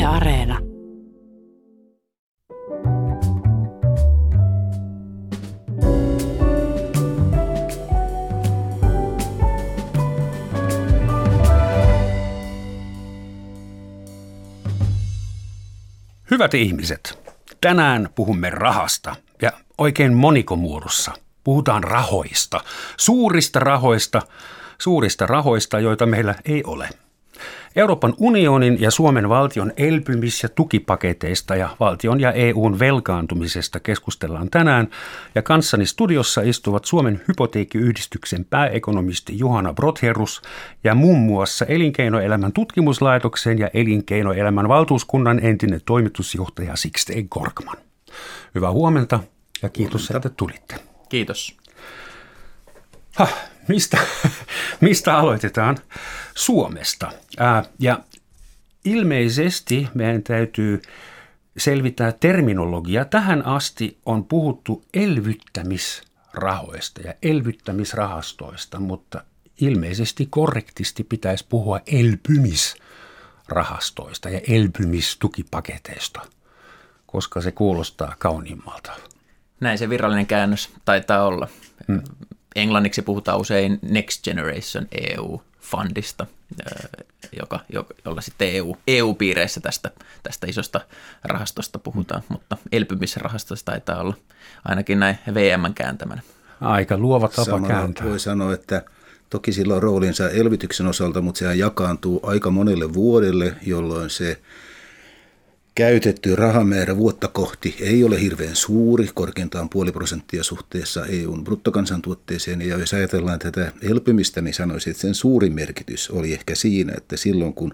Areena. Hyvät ihmiset, tänään puhumme rahasta ja oikein monikomuodossa. Puhutaan rahoista, suurista rahoista, joita meillä ei ole. Euroopan unionin ja Suomen valtion elpymis- ja tukipaketeista ja valtion ja EUn velkaantumisesta keskustellaan tänään. Ja kanssani studiossa istuvat Suomen hypoteekkiyhdistyksen pääekonomisti Juhana Brotherus ja muun muassa Elinkeinoelämän tutkimuslaitoksen ja Elinkeinoelämän valtuuskunnan entinen toimitusjohtaja Sixten Korkman. Hyvää huomenta ja kiitos, että tulitte. Kiitos. Mistä aloitetaan? Suomesta. Ja ilmeisesti meidän täytyy selvittää terminologia. Tähän asti on puhuttu elvyttämisrahoista ja elvyttämisrahastoista, mutta ilmeisesti korrektisti pitäisi puhua elpymisrahastoista ja elpymistukipaketeista, koska se kuulostaa kauniimmalta. Näin se virallinen käännös taitaa olla. Englanniksi puhutaan usein Next Generation EU-fundista, jolla sitten EU-piireissä tästä isosta rahastosta puhutaan, mutta elpymisrahastosta taitaa olla ainakin näin VM:n kääntämänä. Aika luova tapa kääntää. Voi sanoa, että toki sillä on roolinsa elvytyksen osalta, mutta sehän jakaantuu aika monelle vuodelle, jolloin se käytetty rahamäärä vuotta kohti ei ole hirveän suuri, korkeintaan 0,5% suhteessa EUn bruttokansantuotteeseen. Ja jos ajatellaan tätä elpymistä, niin sanoisin, että sen suurin merkitys oli ehkä siinä, että silloin kun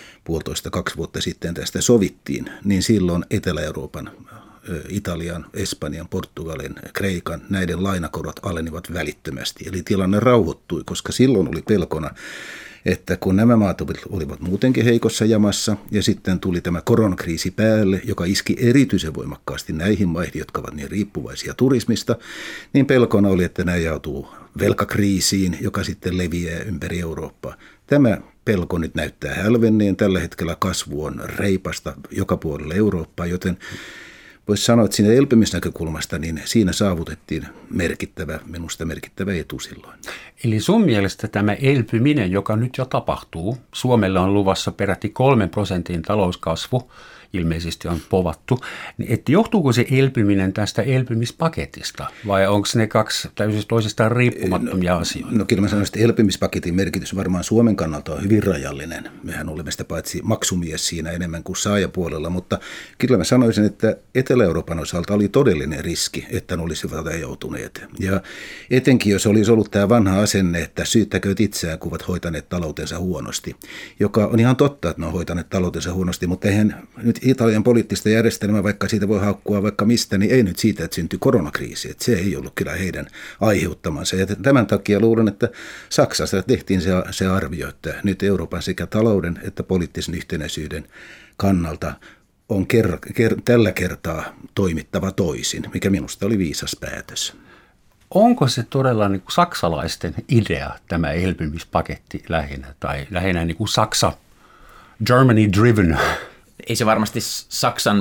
1,5–2 vuotta sitten tästä sovittiin, niin silloin Etelä-Euroopan, Italian, Espanjan, Portugalin, Kreikan, näiden lainakorot alenivat välittömästi. Eli tilanne rauhoittui, koska silloin oli pelkona, että kun nämä maat olivat muutenkin heikossa jamassa ja sitten tuli tämä koronakriisi päälle, joka iski erityisen voimakkaasti näihin maihin, jotka ovat niin riippuvaisia turismista, niin pelkona oli, että nämä joutuu velkakriisiin, joka sitten leviää ympäri Eurooppaa. Tämä pelko nyt näyttää hälvenneen. Tällä hetkellä kasvu on reipasta joka puolella Eurooppaa, joten voisi sanoa, että siinä elpymisnäkökulmasta, niin siinä saavutettiin minusta merkittävä etu silloin. Eli sun mielestä tämä elpyminen, joka nyt jo tapahtuu, Suomelle on luvassa peräti 3% talouskasvu, ilmeisesti on povattu, niin että johtuuko se elpyminen tästä elpymispaketista vai onko ne kaksi täysin toisistaan riippumattomia asioita? No kyllä mä sanoisin, että elpymispaketin merkitys varmaan Suomen kannalta on hyvin rajallinen. Mehän olemme sitä paitsi maksumies siinä enemmän kuin saajapuolella, mutta kyllä mä sanoisin, että Etelä-Euroopan osalta oli todellinen riski, että ne olisivat joutuneet. Ja etenkin jos olisi ollut tämä vanha asenne, että syyttäkööt itseään, kun ovat hoitaneet taloutensa huonosti, joka on ihan totta, että ne on hoitaneet taloutensa huonosti, mutta eihän nyt Italian poliittista järjestelmää, vaikka siitä voi haukkua vaikka mistä, niin ei nyt siitä, että syntyi koronakriisi. Että se ei ollut kyllä heidän aiheuttamansa. Ja tämän takia luulen, että Saksassa tehtiin se arvio, että nyt Euroopan sekä talouden että poliittisen yhtenäisyyden kannalta on tällä kertaa toimittava toisin, mikä minusta oli viisas päätös. Onko se todella niin kuin saksalaisten idea, tämä elpymispaketti lähinnä, tai lähinnä niin kuin Saksa, Germany driven? Ei se varmasti Saksan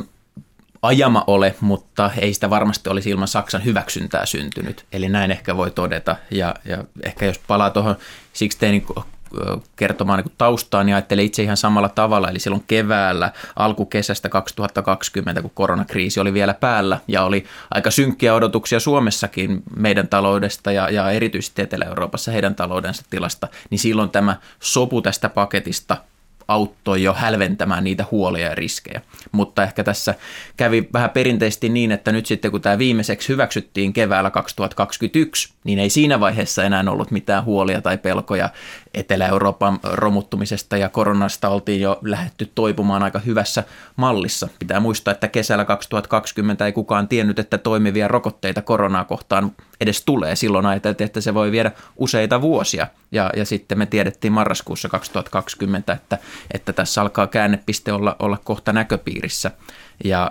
ajama ole, mutta ei sitä varmasti olisi ilman Saksan hyväksyntää syntynyt. Eli näin ehkä voi todeta. Ja ehkä jos palaa tuohon Sixtenin kertomaan niin taustaan, niin ajattelee itse ihan samalla tavalla. Eli silloin keväällä, alkukesästä 2020, kun koronakriisi oli vielä päällä ja oli aika synkkiä odotuksia Suomessakin meidän taloudesta ja erityisesti Etelä-Euroopassa heidän taloudensa tilasta, niin silloin tämä sopu tästä paketista auttoi jo hälventämään niitä huolia ja riskejä. Mutta ehkä tässä kävi vähän perinteisesti niin, että nyt sitten kun tämä viimeiseksi hyväksyttiin keväällä 2021, niin ei siinä vaiheessa enää ollut mitään huolia tai pelkoja Etelä-Euroopan romuttumisesta ja koronasta oltiin jo lähdetty toipumaan aika hyvässä mallissa. Pitää muistaa, että kesällä 2020 ei kukaan tiennyt, että toimivia rokotteita koronaa kohtaan edes tulee. Silloin ajateltiin, että se voi viedä useita vuosia ja sitten me tiedettiin marraskuussa 2020, että tässä alkaa käännepiste olla kohta näköpiirissä ja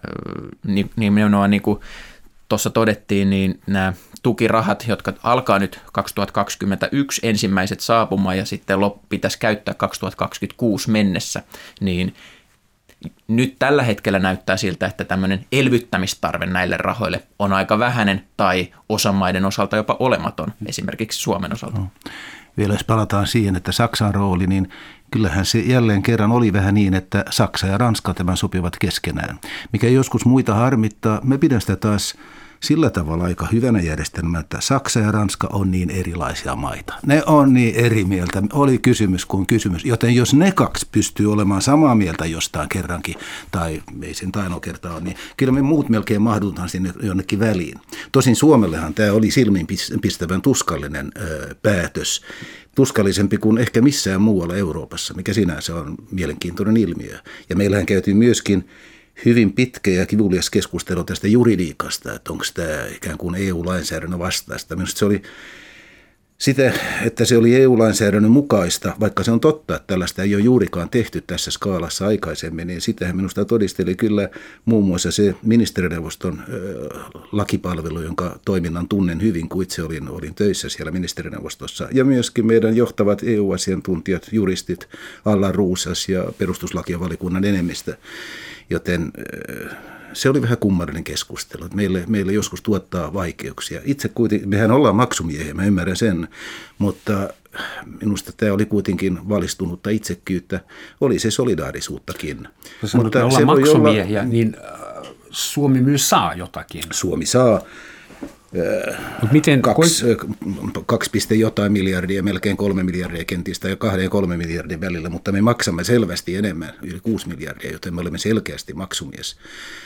nimenomaan niin kuin tuossa todettiin, niin nämä tukirahat, jotka alkaa nyt 2021 ensimmäiset saapumaan ja sitten pitäisi käyttää 2026 mennessä, niin nyt tällä hetkellä näyttää siltä, että tämmöinen elvyttämistarve näille rahoille on aika vähäinen tai osan maiden osalta jopa olematon, esimerkiksi Suomen osalta. Vielä jos palataan siihen, että Saksan rooli, niin kyllähän se jälleen kerran oli vähän niin, että Saksa ja Ranska tämän sopivat keskenään. Mikä joskus muita harmittaa, me pidän sitä taas sillä tavalla aika hyvänä järjestelmänä, että Saksa ja Ranska on niin erilaisia maita. Ne on niin eri mieltä, oli kysymys kuin kysymys. Joten jos ne kaksi pystyy olemaan samaa mieltä jostain kerrankin, tai ei sen taino kertaa ole, niin kyllä me muut melkein mahdutaan sinne jonnekin väliin. Tosin Suomellehan tämä oli silmiinpistävän tuskallinen päätös. Tuskallisempi kuin ehkä missään muualla Euroopassa, mikä sinänsä on mielenkiintoinen ilmiö. Ja meillähän käytiin myöskin hyvin pitkä ja kivulias keskustelu tästä juridiikasta, että onko tämä ikään kuin EU-lainsäädännön vastaista. Minusta se oli sitä, että se oli EU-lainsäädännön mukaista, vaikka se on totta, että tällaista ei ole juurikaan tehty tässä skaalassa aikaisemmin, niin sitähän minusta todisteli kyllä muun muassa se ministerineuvoston lakipalvelu, jonka toiminnan tunnen hyvin, kun itse olin töissä siellä ministerineuvostossa. Ja myöskin meidän johtavat EU-asiantuntijat, juristit, Allan Ruusas ja perustuslakivaliokunnan enemmistö. Joten se oli vähän kummallinen keskustelu, että meille joskus tuottaa vaikeuksia. Itse kuitenkin, mehän ollaan maksumiehiä, mä ymmärrän sen, mutta minusta tämä oli kuitenkin valistunutta itsekkyyttä, oli se solidaarisuuttakin. Mutta ollaan maksumiehiä, niin Suomi myös saa jotakin. Suomi saa. Miten 2, jotain miljardia, melkein 3 miljardia kentistä ja 2-3 miljardin välillä, mutta me maksamme selvästi enemmän, yli 6 miljardia, joten me olemme selkeästi maksumies.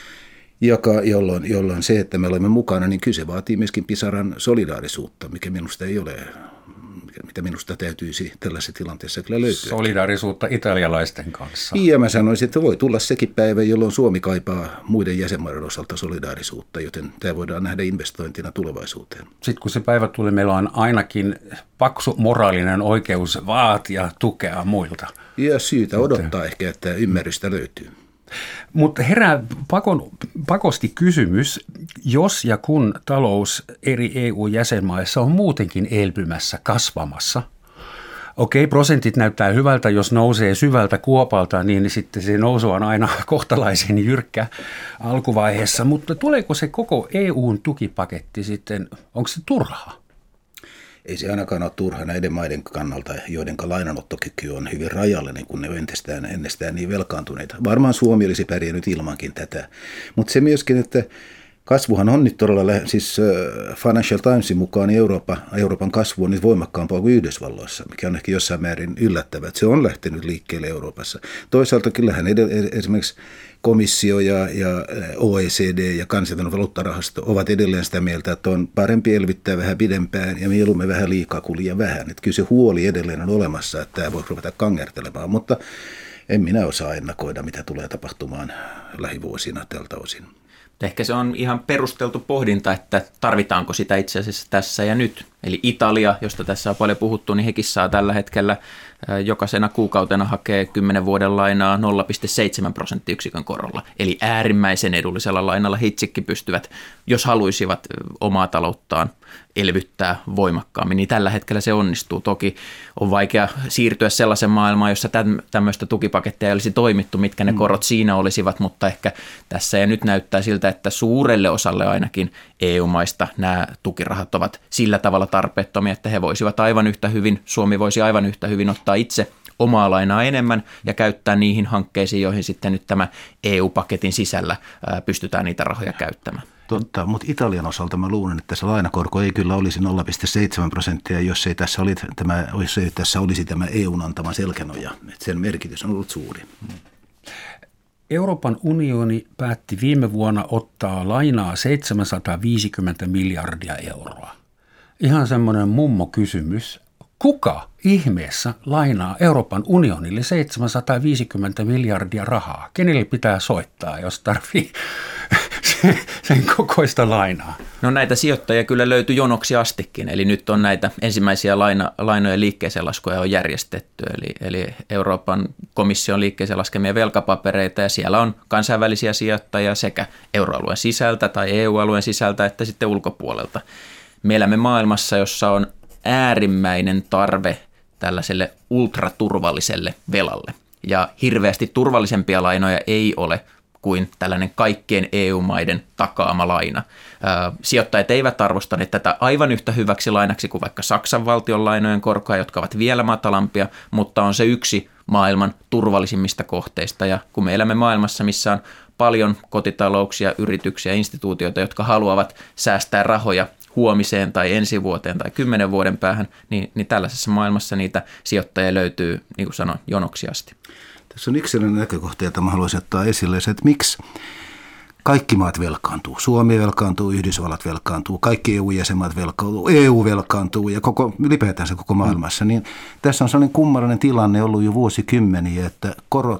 Jolloin se, että me olemme mukana, niin kyse vaatii myöskin pisaran solidaarisuutta, mikä minusta ei ole, mitä minusta täytyisi tällaisessa tilanteessa kyllä löytyä. Solidaarisuutta italialaisten kanssa. Ja mä sanoisin, että voi tulla sekin päivä, jolloin Suomi kaipaa muiden jäsenmaiden osalta solidaarisuutta, joten tämä voidaan nähdä investointina tulevaisuuteen. Sitten kun se päivä tulee, meillä on ainakin paksu moraalinen oikeus vaatia tukea muilta. Ja syytä odottaa ehkä, että ymmärrystä löytyy. Mutta herää pakosti kysymys, jos ja kun talous eri EU-jäsenmaissa on muutenkin elpymässä, kasvamassa. Okei, prosentit näyttää hyvältä, jos nousee syvältä kuopalta, niin sitten se nousu on aina kohtalaisen jyrkkä alkuvaiheessa. Mutta tuleeko se koko EUn tukipaketti sitten, onko se turhaa? Ei se ainakaan ole turha näiden maiden kannalta, joiden lainanottokyky on hyvin rajallinen, kun ne on ennestään niin velkaantuneita. Varmaan Suomi olisi pärjännyt ilmankin tätä. Mutta se myöskin, että kasvuhan on nyt todella, siis Financial Timesin mukaan niin Euroopan kasvu on nyt voimakkaampaa kuin Yhdysvalloissa, mikä on ehkä jossain määrin yllättävää, että se on lähtenyt liikkeelle Euroopassa. Toisaalta kyllähän esimerkiksi komissio ja OECD ja kansainvälinen valuuttarahasto ovat edelleen sitä mieltä, että on parempi elvyttää vähän pidempään ja mieluummin vähän liikaa kuin liian vähän. Että kyllä se huoli edelleen on olemassa, että tämä voi ruveta kangertelemaan, mutta en minä osaa ennakoida, mitä tulee tapahtumaan lähivuosina tältä osin. Ehkä se on ihan perusteltu pohdinta, että tarvitaanko sitä itse asiassa tässä ja nyt. Eli Italia, josta tässä on paljon puhuttu, niin hekin saa tällä hetkellä jokaisena kuukautena hakee 10 vuoden lainaa 0,7% korolla. Eli äärimmäisen edullisella lainalla itsekin pystyvät, jos haluaisivat omaa talouttaan elvyttää voimakkaammin, niin tällä hetkellä se onnistuu. Toki on vaikea siirtyä sellaisen maailmaan, jossa tämmöistä tukipakettia ei olisi toimittu, mitkä ne korot siinä olisivat, mutta ehkä tässä ja nyt näyttää siltä, että suurelle osalle ainakin EU-maista nämä tukirahat ovat sillä tavalla tarpeettomia, että he voisivat aivan yhtä hyvin, Suomi voisi aivan yhtä hyvin ottaa itse omaa lainaa enemmän ja käyttää niihin hankkeisiin, joihin sitten nyt tämä EU-paketin sisällä pystytään niitä rahoja käyttämään. Totta, mutta Italian osalta mä luulen, että se lainakorko ei kyllä olisi 0,7%, jos ei tässä olisi tämä EUn antama selkänoja. Että sen merkitys on ollut suuri. Euroopan unioni päätti viime vuonna ottaa lainaa 750 miljardia euroa. Ihan semmoinen mummo-kysymys. Kuka ihmeessä lainaa Euroopan unionille 750 miljardia rahaa? Kenelle pitää soittaa, jos tarvii sen kokoista lainaa? No näitä sijoittajia kyllä löytyi jonoksi astikin, eli nyt on näitä ensimmäisiä lainojen liikkeeseen laskuja on järjestetty, eli Euroopan komission liikkeeseen laskemia velkapapereita, ja siellä on kansainvälisiä sijoittajia sekä euroalueen sisältä tai EU-alueen sisältä että sitten ulkopuolelta. Me elämme maailmassa, jossa on äärimmäinen tarve tällaiselle ultraturvalliselle velalle. ja hirveästi turvallisempia lainoja ei ole kuin tällainen kaikkien EU-maiden takaama laina. Sijoittajat eivät arvostaneet tätä aivan yhtä hyväksi lainaksi kuin vaikka Saksan valtion lainojen korkoja, jotka ovat vielä matalampia, mutta on se yksi maailman turvallisimmista kohteista. Ja kun me elämme maailmassa, missä on paljon kotitalouksia, yrityksiä, instituutioita, jotka haluavat säästää rahoja huomiseen tai ensi vuoteen tai 10 vuoden päähän, niin tällaisessa maailmassa niitä sijoittajia löytyy, niin kuin sanoin, jonoksi asti. Tässä on yksi sellainen näkökohta, jota mä haluaisin ottaa esille, se, että miksi kaikki maat velkaantuu. Suomi velkaantuu, Yhdysvallat velkaantuu, kaikki EU-jäsenmaat velkaantuu, EU velkaantuu ja ylipäätään se koko maailmassa. Niin tässä on sellainen kummallinen tilanne ollut jo vuosikymmeniä, että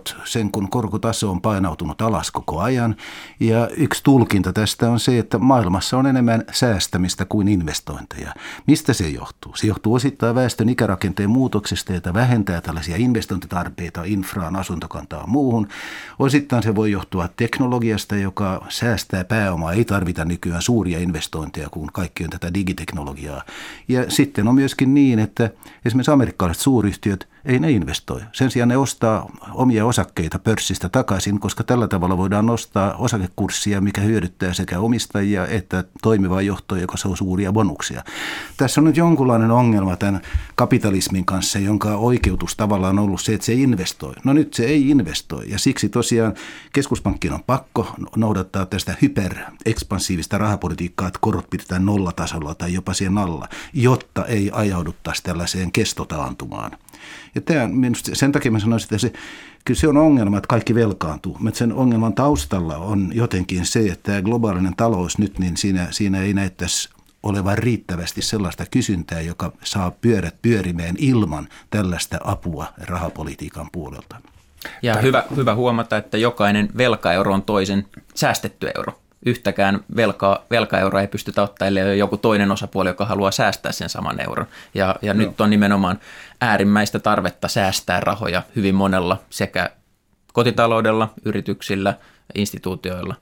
kun korkotaso on painautunut alas koko ajan. Ja yksi tulkinta tästä on se, että maailmassa on enemmän säästämistä kuin investointeja. Mistä se johtuu? Se johtuu osittain väestön ikärakenteen muutoksesta, jota vähentää tällaisia investointitarpeita infraan, asuntokantaan muuhun. Osittain se voi johtua teknologiasta, joka säästää pääomaa, ei tarvita nykyään suuria investointeja, kun kaikki on tätä digiteknologiaa. Ja sitten on myöskin niin, että esimerkiksi amerikkalaiset suuryhtiöt, ei ne investoi. Sen sijaan ne ostaa omia osakkeita pörssistä takaisin, koska tällä tavalla voidaan nostaa osakekurssia, mikä hyödyttää sekä omistajia että toimivaa johtoa, joka saa suuria bonuksia. Tässä on nyt jonkunlainen ongelma tämän kapitalismin kanssa, jonka oikeutus tavallaan on ollut se, että se investoi. No nyt se ei investoi ja siksi tosiaan keskuspankkien on pakko noudattaa tästä hyperekspansiivista rahapolitiikkaa, että korot pidetään nollatasolla tai jopa siihen alla, jotta ei ajauduttaisi tällaiseen kestotaantumaan. Ja sen takia mä sanoisin, että kyllä se on ongelma, että kaikki velkaantuu. Mutta sen ongelman taustalla on jotenkin se, että tämä globaalinen talous nyt, niin siinä ei näyttäisi olevan riittävästi sellaista kysyntää, joka saa pyörät pyörimään ilman tällaista apua rahapolitiikan puolelta. Ja hyvä huomata, että jokainen velkaeuro on toisen säästetty euro. Yhtäkään velkaeuroa ei pystytä ottaa, ellei ole joku toinen osapuoli, joka haluaa säästää sen saman euron. Ja nyt on nimenomaan äärimmäistä tarvetta säästää rahoja hyvin monella sekä kotitaloudella, yrityksillä, instituutioilla,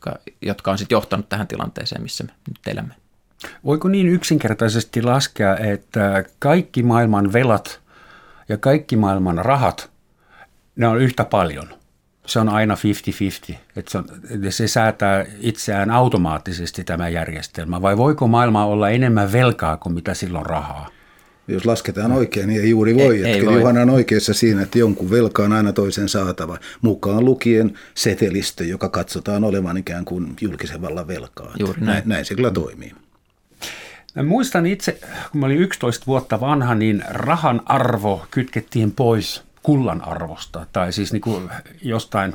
jotka on sitten johtanut tähän tilanteeseen, missä me nyt elämme. Voiko niin yksinkertaisesti laskea, että kaikki maailman velat ja kaikki maailman rahat, ne on yhtä paljon? Se on aina 50-50, että se säätää itseään automaattisesti tämä järjestelmä, vai voiko maailma olla enemmän velkaa kuin mitä silloin rahaa? Jos lasketaan oikein, niin ei juuri voi. Ei voi. Juhana on oikeassa siinä, että jonkun velka on aina toisen saatava, mukaan lukien setelistö, joka katsotaan olevan ikään kuin julkisen vallan velkaa. Juuri näin se kyllä toimii. Mä muistan itse, kun mä olin 11 vuotta vanha, niin rahan arvo kytkettiin pois kullan arvosta, tai siis niin kuin jostain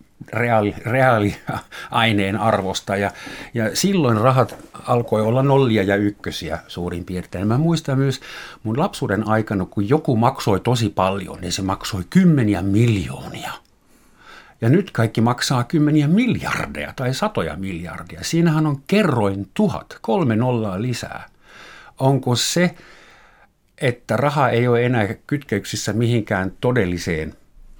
reaaliaineen arvosta, ja silloin rahat alkoi olla nollia ja ykkösiä suurin piirtein. Mä muistan myös mun lapsuuden aikana, kun joku maksoi tosi paljon, niin se maksoi 10 miljoonia. Ja nyt kaikki maksaa 10 miljardeja tai 100 miljardia. Siinähän on kerroin 1000, 3 nollaa lisää. Onko se, että raha ei ole enää kytkeyksissä mihinkään todelliseen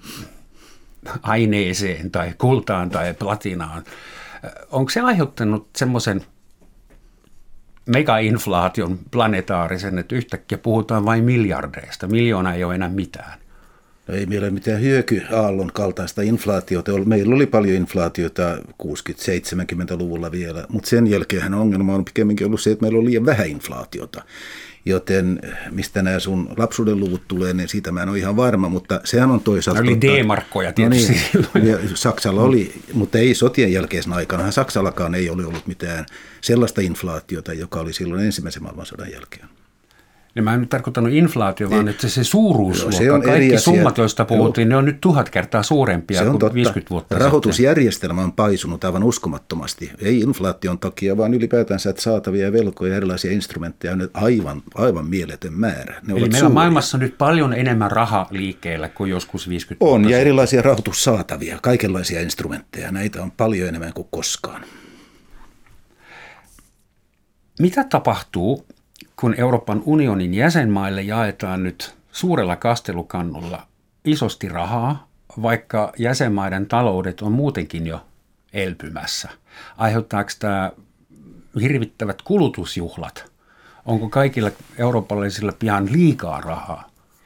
aineeseen tai kultaan tai platinaan? Onko se aiheuttanut semmoisen megainflaation planetaarisen, että yhtäkkiä puhutaan vain miljardeista, miljoona ei ole enää mitään? No ei meillä ole mitään hyökyaallon kaltaista inflaatiota. Meillä oli paljon inflaatiota 60-70-luvulla vielä, mutta sen jälkeen ongelma on pikemminkin ollut se, että meillä on liian vähän inflaatiota. Joten mistä nämä sun lapsuuden luvut tulee, niin siitä mä en ole ihan varma, mutta sehän on toisaalta... Oli D-markkoja tietysti. No niin, Saksalla oli, mutta ei sotien jälkeisen aikana. Saksallakaan ei ole ollut mitään sellaista inflaatiota, joka oli silloin ensimmäisen maailmansodan jälkeen. Ja mä en nyt tarkoittanut inflaatio, vaan että se suuruusluokka, kaikki summat, joista puhuttiin, ne on nyt 1000 kertaa suurempia kuin totta. 50 vuotta Rahoitusjärjestelmä on paisunut aivan uskomattomasti. Ei inflaation takia, vaan ylipäätänsä, että saatavia velkoja ja erilaisia instrumentteja on aivan mieletön määrä. Eli meillä on maailmassa nyt paljon enemmän rahaa liikkeellä kuin joskus 50 vuotta. On, ja erilaisia rahoitussaatavia, kaikenlaisia instrumentteja. Näitä on paljon enemmän kuin koskaan. Mitä tapahtuu, kun Euroopan unionin jäsenmaille jaetaan nyt suurella kastelukannulla isosti rahaa, vaikka jäsenmaiden taloudet on muutenkin jo elpymässä? Aiheuttaako tämä hirvittävät kulutusjuhlat? Onko kaikilla eurooppalaisilla pian liikaa rahaa?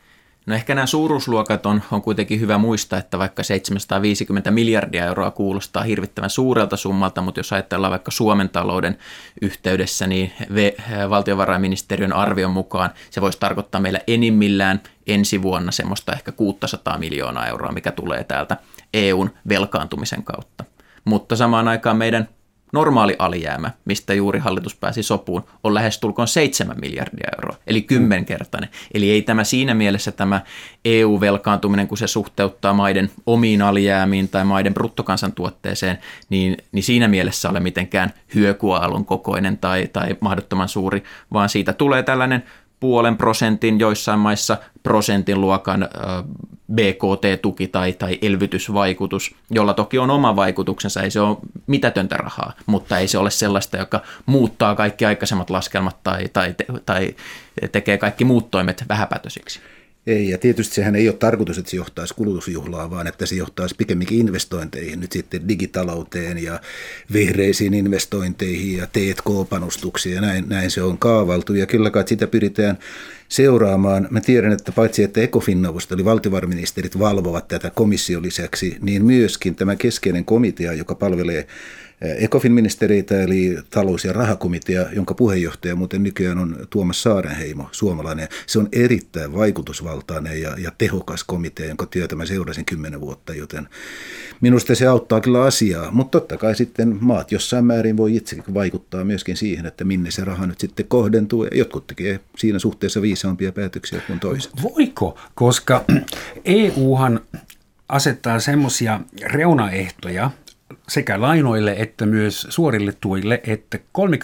No ehkä nämä suuruusluokat on kuitenkin hyvä muistaa, että vaikka 750 miljardia euroa kuulostaa hirvittävän suurelta summalta, mutta jos ajatellaan vaikka Suomen talouden yhteydessä, niin valtiovarainministeriön arvion mukaan se voisi tarkoittaa meillä enimmillään ensi vuonna semmoista ehkä 600 miljoonaa euroa, mikä tulee täältä EUn velkaantumisen kautta. Mutta samaan aikaan meidän normaali alijäämä, mistä juuri hallitus pääsi sopuun, on lähestulkoon 7 miljardia euroa, eli 10-kertainen. Eli ei tämä siinä mielessä tämä EU-velkaantuminen, kun se suhteuttaa maiden omiin alijäämiin tai maiden bruttokansantuotteeseen, niin siinä mielessä ole mitenkään hyökyaallon kokoinen tai mahdottoman suuri, vaan siitä tulee tällainen 0,5%, joissain maissa prosentin luokan BKT-tuki tai elvytysvaikutus, jolla toki on oma vaikutuksensa, ei se ole mitätöntä rahaa, mutta ei se ole sellaista, joka muuttaa kaikki aikaisemmat laskelmat tai tekee kaikki muut toimet vähäpätöisiksi. Ei, ja tietysti sehän ei ole tarkoitus, että se johtaisi kulutusjuhlaan, vaan että se johtaisi pikemminkin investointeihin, nyt sitten digitalouteen ja vihreisiin investointeihin ja T&K-panostuksiin, ja näin se on kaavailtu, ja kyllä kai sitä pyritään seuraamaan. Mä tiedän, että paitsi että ECOFIN-neuvosto eli valtiovarainministerit valvovat tätä komission lisäksi, niin myöskin tämä keskeinen komitea, joka palvelee ECOFIN-ministereitä eli talous- ja rahakomitea, jonka puheenjohtaja muuten nykyään on Tuomas Saarenheimo, suomalainen. Se on erittäin vaikutusvaltainen ja tehokas komitea, jonka työtä mä seurasin 10 vuotta, joten minusta se auttaa kyllä asiaa. Mutta totta kai sitten maat jossain määrin voi itsekin vaikuttaa myöskin siihen, että minne se raha nyt sitten kohdentuu. Jotkut tekee siinä suhteessa viisaampia päätöksiä kuin toiset. Voiko? Koska EUhan asettaa semmoisia reunaehtoja, sekä lainoille että myös suorille tuille, että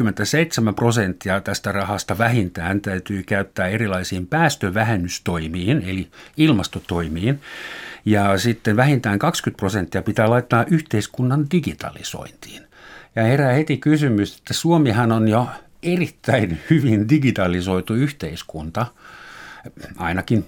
37% tästä rahasta vähintään täytyy käyttää erilaisiin päästövähennystoimiin, eli ilmastotoimiin, ja sitten vähintään 20% pitää laittaa yhteiskunnan digitalisointiin. Ja herää heti kysymys, että Suomihan on jo erittäin hyvin digitalisoitu yhteiskunta, ainakin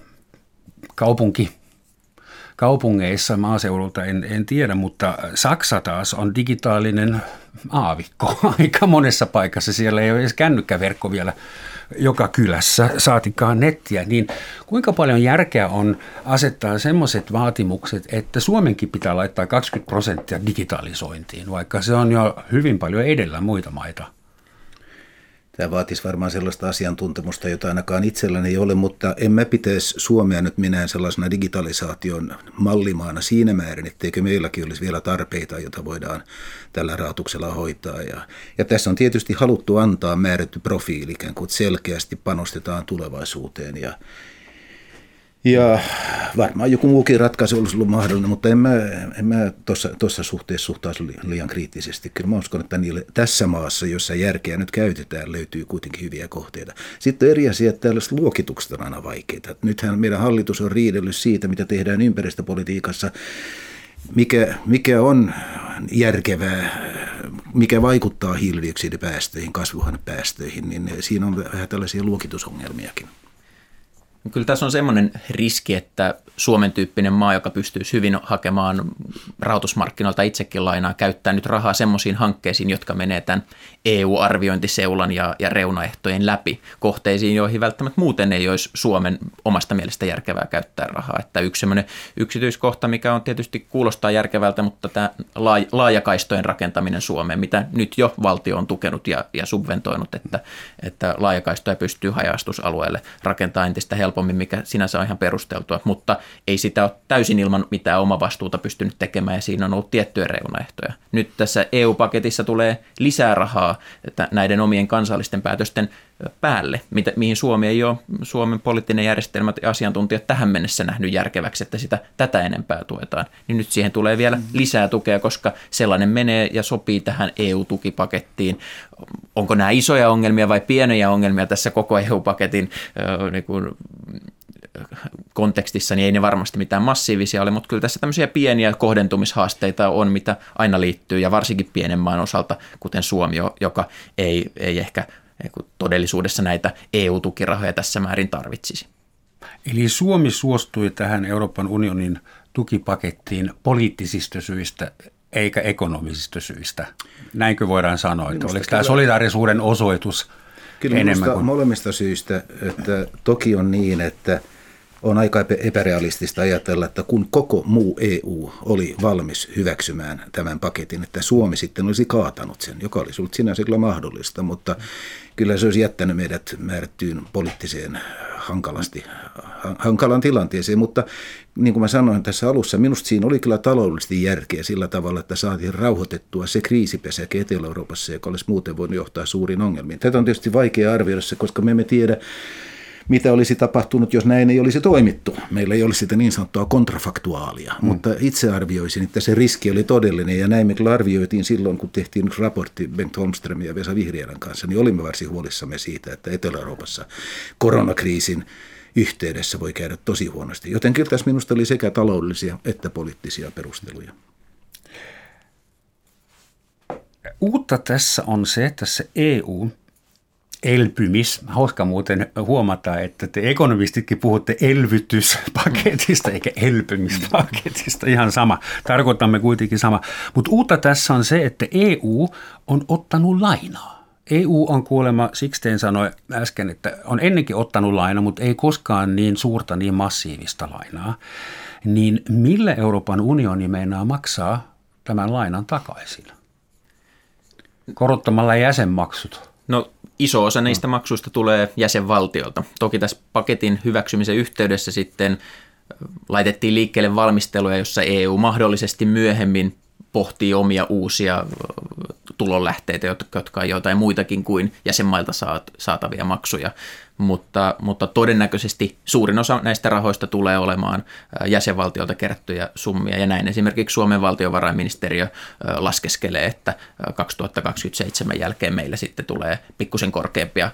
kaupungeissa, maaseudulta en tiedä, mutta Saksa taas on digitaalinen aavikko aika monessa paikassa. Siellä ei ole edes kännykkäverkko vielä joka kylässä, saatikaan nettiä. Niin kuinka paljon järkeä on asettaa semmoiset vaatimukset, että Suomenkin pitää laittaa 20% digitalisointiin, vaikka se on jo hyvin paljon edellä muita maita? Tämä vaatisi varmaan sellaista asiantuntemusta, jota ainakaan itselläni ei ole, mutta en mä pitäisi Suomea nyt minään sellaisena digitalisaation mallimaana siinä määrin, etteikö meilläkin olisi vielä tarpeita, joita voidaan tällä rahoituksella hoitaa. Ja tässä on tietysti haluttu antaa määrätty profiili, ikään kuin selkeästi panostetaan tulevaisuuteen ja varmaan joku muukin ratkaisu olisi ollut mahdollinen, mutta en mä tuossa suhteessa suhtaudu liian kriittisesti. Kyllä mä uskon, että niille tässä maassa, jossa järkeä nyt käytetään, löytyy kuitenkin hyviä kohteita. Sitten eri asia, että tällaiset luokitukset on aina vaikeita. Nythän meidän hallitus on riidellyt siitä, mitä tehdään ympäristöpolitiikassa, mikä on järkevää, mikä vaikuttaa hiilidioksidipäästöihin, kasvihuonepäästöihin, niin siinä on vähän tällaisia luokitusongelmiakin. Kyllä tässä on semmoinen riski, että Suomen tyyppinen maa, joka pystyisi hyvin hakemaan rahoitusmarkkinoilta itsekin lainaa, käyttää nyt rahaa semmoisiin hankkeisiin, jotka menee tämän EU-arviointiseulan ja reunaehtojen läpi kohteisiin, joihin välttämättä muuten ei olisi Suomen omasta mielestä järkevää käyttää rahaa. Että yksi semmoinen yksityiskohta, mikä on tietysti kuulostaa järkevältä, mutta tämä laajakaistojen rakentaminen Suomeen, mitä nyt jo valtio on tukenut ja subventoinut, että laajakaistoja pystyy haja-asutusalueelle rakentamaan entistä helpommin, mikä sinänsä on ihan perusteltua, mutta ei sitä ole täysin ilman mitään omavastuuta pystynyt tekemään ja siinä on ollut tiettyjä reunaehtoja. Nyt tässä EU-paketissa tulee lisää rahaa näiden omien kansallisten päätösten päälle, mihin Suomi ei ole, Suomen poliittinen järjestelmä ja asiantuntijat tähän mennessä nähnyt järkeväksi, että sitä tätä enempää tuetaan. Niin nyt siihen tulee vielä lisää tukea, koska sellainen menee ja sopii tähän EU-tukipakettiin. Onko nämä isoja ongelmia vai pieniä ongelmia tässä koko EU-paketin niin kuin kontekstissa, niin ei ne varmasti mitään massiivisia ole, mutta kyllä tässä tämmöisiä pieniä kohdentumishaasteita on, mitä aina liittyy, ja varsinkin pienen maan osalta, kuten Suomi, joka ei ehkä todellisuudessa näitä EU-tukirahoja tässä määrin tarvitsisi. Eli Suomi suostui tähän Euroopan unionin tukipakettiin poliittisista syistä eikä ekonomisista syistä. Näinkö voidaan sanoa, että oliko tämä solidaarisuuden osoitus kyllä enemmän kuin... molemmista syistä, että toki on niin, että on aika epärealistista ajatella, että kun koko muu EU oli valmis hyväksymään tämän paketin, että Suomi sitten olisi kaatanut sen, joka olisi ollut sinänsä kyllä mahdollista, mutta kyllä se olisi jättänyt meidät määrättyyn poliittiseen hankalaan tilanteeseen, mutta niin kuin mä sanoin tässä alussa, minusta siinä oli kyllä taloudellisesti järkeä sillä tavalla, että saatiin rauhoitettua se kriisipesäke Etelä-Euroopassa, joka olisi muuten voinut johtaa suuriin ongelmiin. Tätä on tietysti vaikea arvioida, koska me emme tiedä, mitä olisi tapahtunut, jos näin ei olisi toimittu. Meillä ei olisi sitä niin sanottua kontrafaktuaalia, mutta itse arvioisin, että se riski oli todellinen, ja näin me kyllä arvioitiin silloin, kun tehtiin raportti Bengt Holmströmin ja Vesa Vihriälän kanssa, niin olimme varsin huolissamme siitä, että Etelä-Euroopassa koronakriisin yhteydessä voi käydä tosi huonosti. Joten kyllä tässä minusta oli sekä taloudellisia että poliittisia perusteluja. Uutta tässä on se, että se EU-elpymis, hauska muuten huomata, että te ekonomistitkin puhutte elvytyspaketista eikä elpymispaketista, ihan sama, tarkoitamme kuitenkin sama. Mutta uutta tässä on se, että EU on ottanut lainaa. EU on kuulemma, Sixten sanoi äsken, että on ennenkin ottanut lainaa, mutta ei koskaan niin suurta, niin massiivista lainaa. Niin millä Euroopan unioni meinaa maksaa tämän lainan takaisin? Korottamalla jäsenmaksut. No iso osa niistä maksuista tulee jäsenvaltiolta. Toki tässä paketin hyväksymisen yhteydessä sitten laitettiin liikkeelle valmisteluja, jossa EU mahdollisesti myöhemmin pohtii omia uusia tulonlähteitä, jotka on jotain muitakin kuin jäsenmailta saatavia maksuja, mutta todennäköisesti suurin osa näistä rahoista tulee olemaan jäsenvaltiolta kerättyjä summia, ja näin esimerkiksi Suomen valtiovarainministeriö laskeskelee, että 2027 jälkeen meillä sitten tulee pikkusen korkeampia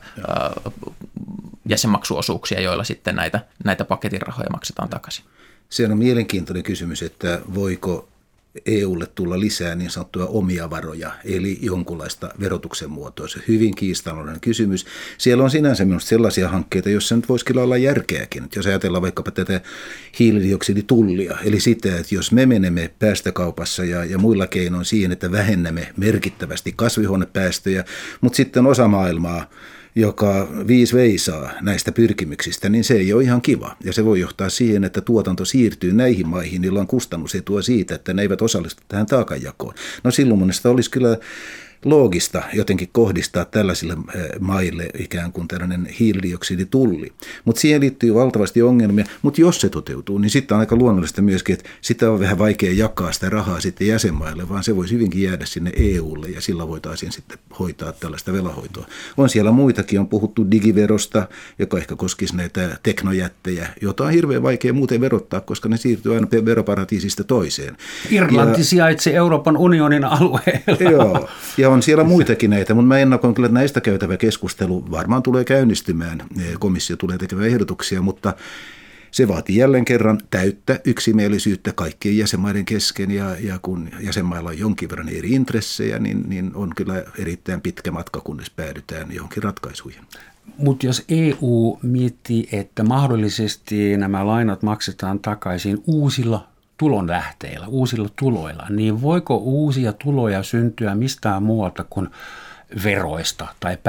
jäsenmaksuosuuksia, joilla sitten näitä paketin rahoja maksetaan takaisin. Se on mielenkiintoinen kysymys, että voiko EUlle tulla lisää niin sanottuja omia varoja, eli jonkunlaista verotuksen muotoa. Se hyvin kiistanalainen kysymys. Siellä on sinänsä minusta sellaisia hankkeita, joissa nyt voisi kyllä olla järkeäkin. Jos ajatellaan vaikkapa tätä hiilidioksiditullia, eli sitä, että jos me menemme päästökaupassa ja muilla keinoin siihen, että vähennämme merkittävästi kasvihuonepäästöjä, mutta sitten osa maailmaa, joka veisaa näistä pyrkimyksistä, niin se ei ole ihan kiva. Ja se voi johtaa siihen, että tuotanto siirtyy näihin maihin, joilla on kustannusetua siitä, että ne eivät osallistu tähän taakanjakoon. No silloin monesta olisi kyllä loogista jotenkin kohdistaa tällaisille maille ikään kuin tällainen hiilidioksiditulli. Mutta siihen liittyy valtavasti ongelmia, mutta jos se toteutuu, niin sitten on aika luonnollista myöskin, että sitä on vähän vaikea jakaa sitä rahaa sitten jäsenmaille, vaan se voisi hyvinkin jäädä sinne EUlle ja sillä voitaisiin sitten hoitaa tällaista velahoitoa. On siellä muitakin, on puhuttu digiverosta, joka ehkä koskisi näitä teknojättejä, jota on hirveän vaikea muuten verottaa, koska ne siirtyy aina veroparatiisista toiseen. Irlanti sijaitsee Euroopan unionin alueella. Joo, ja on siellä muitakin näitä, mutta mä ennakoin kyllä, että näistä käytävä keskustelu varmaan tulee käynnistymään. Komissio tulee tekemään ehdotuksia, mutta se vaatii jälleen kerran täyttä yksimielisyyttä kaikkien jäsenmaiden kesken, ja kun jäsenmailla on jonkin verran eri intressejä, niin on kyllä erittäin pitkä matka, kunnes päädytään johonkin ratkaisuihin. Mutta jos EU miettii, että mahdollisesti nämä lainat maksetaan takaisin uusilla tulonlähteillä, uusilla tuloilla, niin voiko uusia tuloja syntyä mistään muualta kuin veroista tai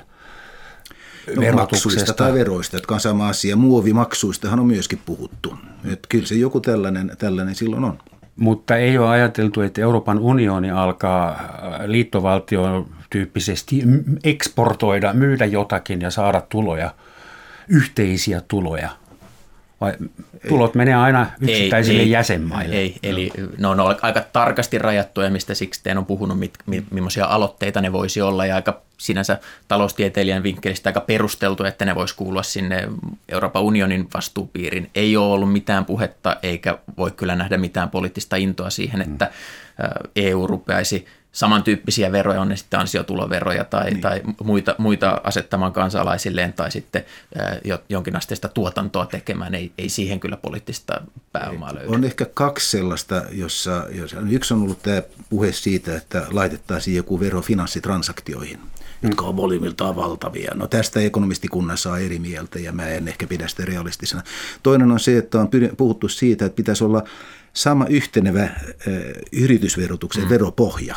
maksuista tai veroista, jotka on sama asia. Muovimaksuistahan on myöskin puhuttu. Että kyllä se joku tällainen silloin on. Mutta ei ole ajateltu, että Euroopan unioni alkaa liittovaltiotyyppisesti eksportoida, myydä jotakin ja saada tuloja, yhteisiä tuloia. Vai tulot menee aina yksittäisille jäsenmaille? Ei, eli ne on aika tarkasti rajattuja, mistä Sixten on puhunut, millaisia aloitteita ne voisi olla, ja aika sinänsä taloustieteilijän vinkkelistä aika perusteltu, että ne voisi kuulua sinne Euroopan unionin vastuupiirin. Ei ole ollut mitään puhetta, eikä voi kyllä nähdä mitään poliittista intoa siihen, että EU rupeaisi samantyyppisiä veroja, on ne sitten ansiotuloveroja tai muita asettamaan kansalaisilleen tai sitten jonkinasteista tuotantoa tekemään. Ei siihen kyllä poliittista pääomaa löydy. On ehkä kaksi sellaista, jossa yksi on ollut tämä puhe siitä, että laitettaisiin joku vero finanssitransaktioihin, jotka on volyymiltaan valtavia. No tästä ekonomistikunnassa on eri mieltä ja mä en ehkä pidä sitä realistisena. Toinen on se, että on puhuttu siitä, että pitäisi olla sama yhtenevä yritysverotuksen veropohja.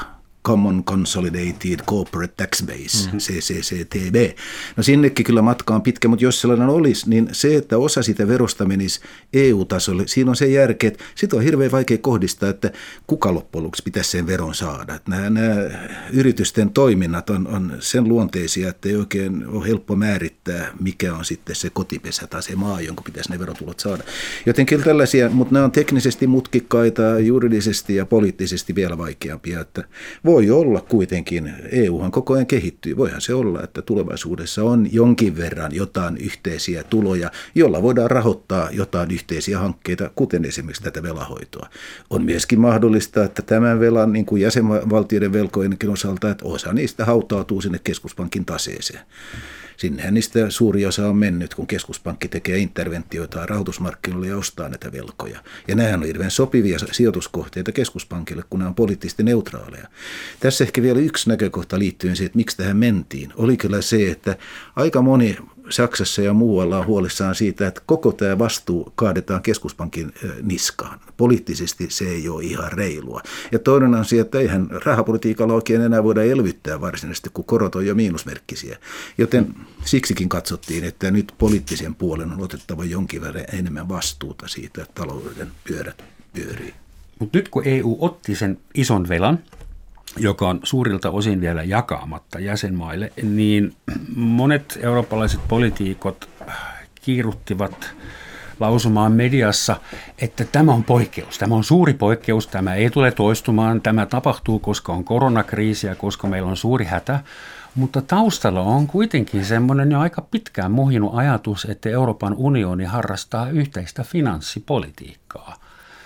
Common Consolidated Corporate Tax Base, CCCTB. No sinnekin kyllä matka on pitkä, mutta jos sellainen olisi, niin se, että osa sitä verosta menisi EU-tasolle, siinä on se järkeä, että sitä on hirveän vaikea kohdistaa, että kuka loppujen lopuksi pitäisi sen veron saada. Että nämä yritysten toiminnat on sen luonteisia, että ei oikein ole helppo määrittää, mikä on sitten se kotipesä tai se maa, jonka pitäisi ne verotulot saada. Joten kyllä tällaisia, mutta nämä on teknisesti mutkikkaita, juridisesti ja poliittisesti vielä vaikeampia, että voi olla kuitenkin, EUhan koko ajan kehittyy, voihan se olla, että tulevaisuudessa on jonkin verran jotain yhteisiä tuloja, jolla voidaan rahoittaa jotain yhteisiä hankkeita, kuten esimerkiksi tätä velahoitoa. On myöskin mahdollista, että tämän velan, niin kuin jäsenvaltioiden velkojenkin osalta, että osa niistä hautautuu sinne keskuspankin taseeseen. Sinnehän niistä suuri osa on mennyt, kun keskuspankki tekee interventioita rahoitusmarkkinoille ja ostaa näitä velkoja. Ja nämähän on hirveän sopivia sijoituskohteita keskuspankille, kun nämä on poliittisesti neutraaleja. Tässä ehkä vielä yksi näkökohta liittyen siihen, että miksi tähän mentiin. Oli kyllä se, että aika moni Saksassa ja muualla on huolissaan siitä, että koko tämä vastuu kaadetaan keskuspankin niskaan. Poliittisesti se ei ole ihan reilua. Ja toinen asia, että eihän rahapolitiikalla oikein enää voida elvyttää varsinaisesti, kun korot on jo miinusmerkkisiä. Joten siksikin katsottiin, että nyt poliittisen puolen on otettava jonkin verran enemmän vastuuta siitä, että talouden pyörät pyörii. Mutta nyt kun EU otti sen ison velan, joka on suurilta osin vielä jakamatta jäsenmaille, niin monet eurooppalaiset poliitikot kiiruttivat lausumaan mediassa, että tämä on poikkeus, tämä on suuri poikkeus, tämä ei tule toistumaan, tämä tapahtuu, koska on koronakriisi ja koska meillä on suuri hätä, mutta taustalla on kuitenkin semmoinen jo aika pitkään muhinut ajatus, että Euroopan unioni harrastaa yhteistä finanssipolitiikkaa.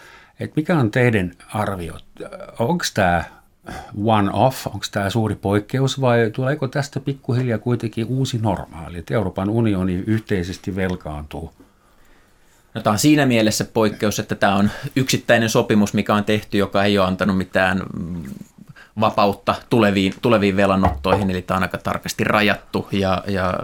Et mikä on teidän arviot? Onko tämä one-off, onko tämä suuri poikkeus vai tuleeko tästä pikkuhiljaa kuitenkin uusi normaali, että Euroopan unioni yhteisesti velkaantuu? No, tämä on siinä mielessä poikkeus, että tämä on yksittäinen sopimus, mikä on tehty, joka ei ole antanut mitään vapautta tuleviin velanottoihin, eli tämä on aika tarkasti rajattu ja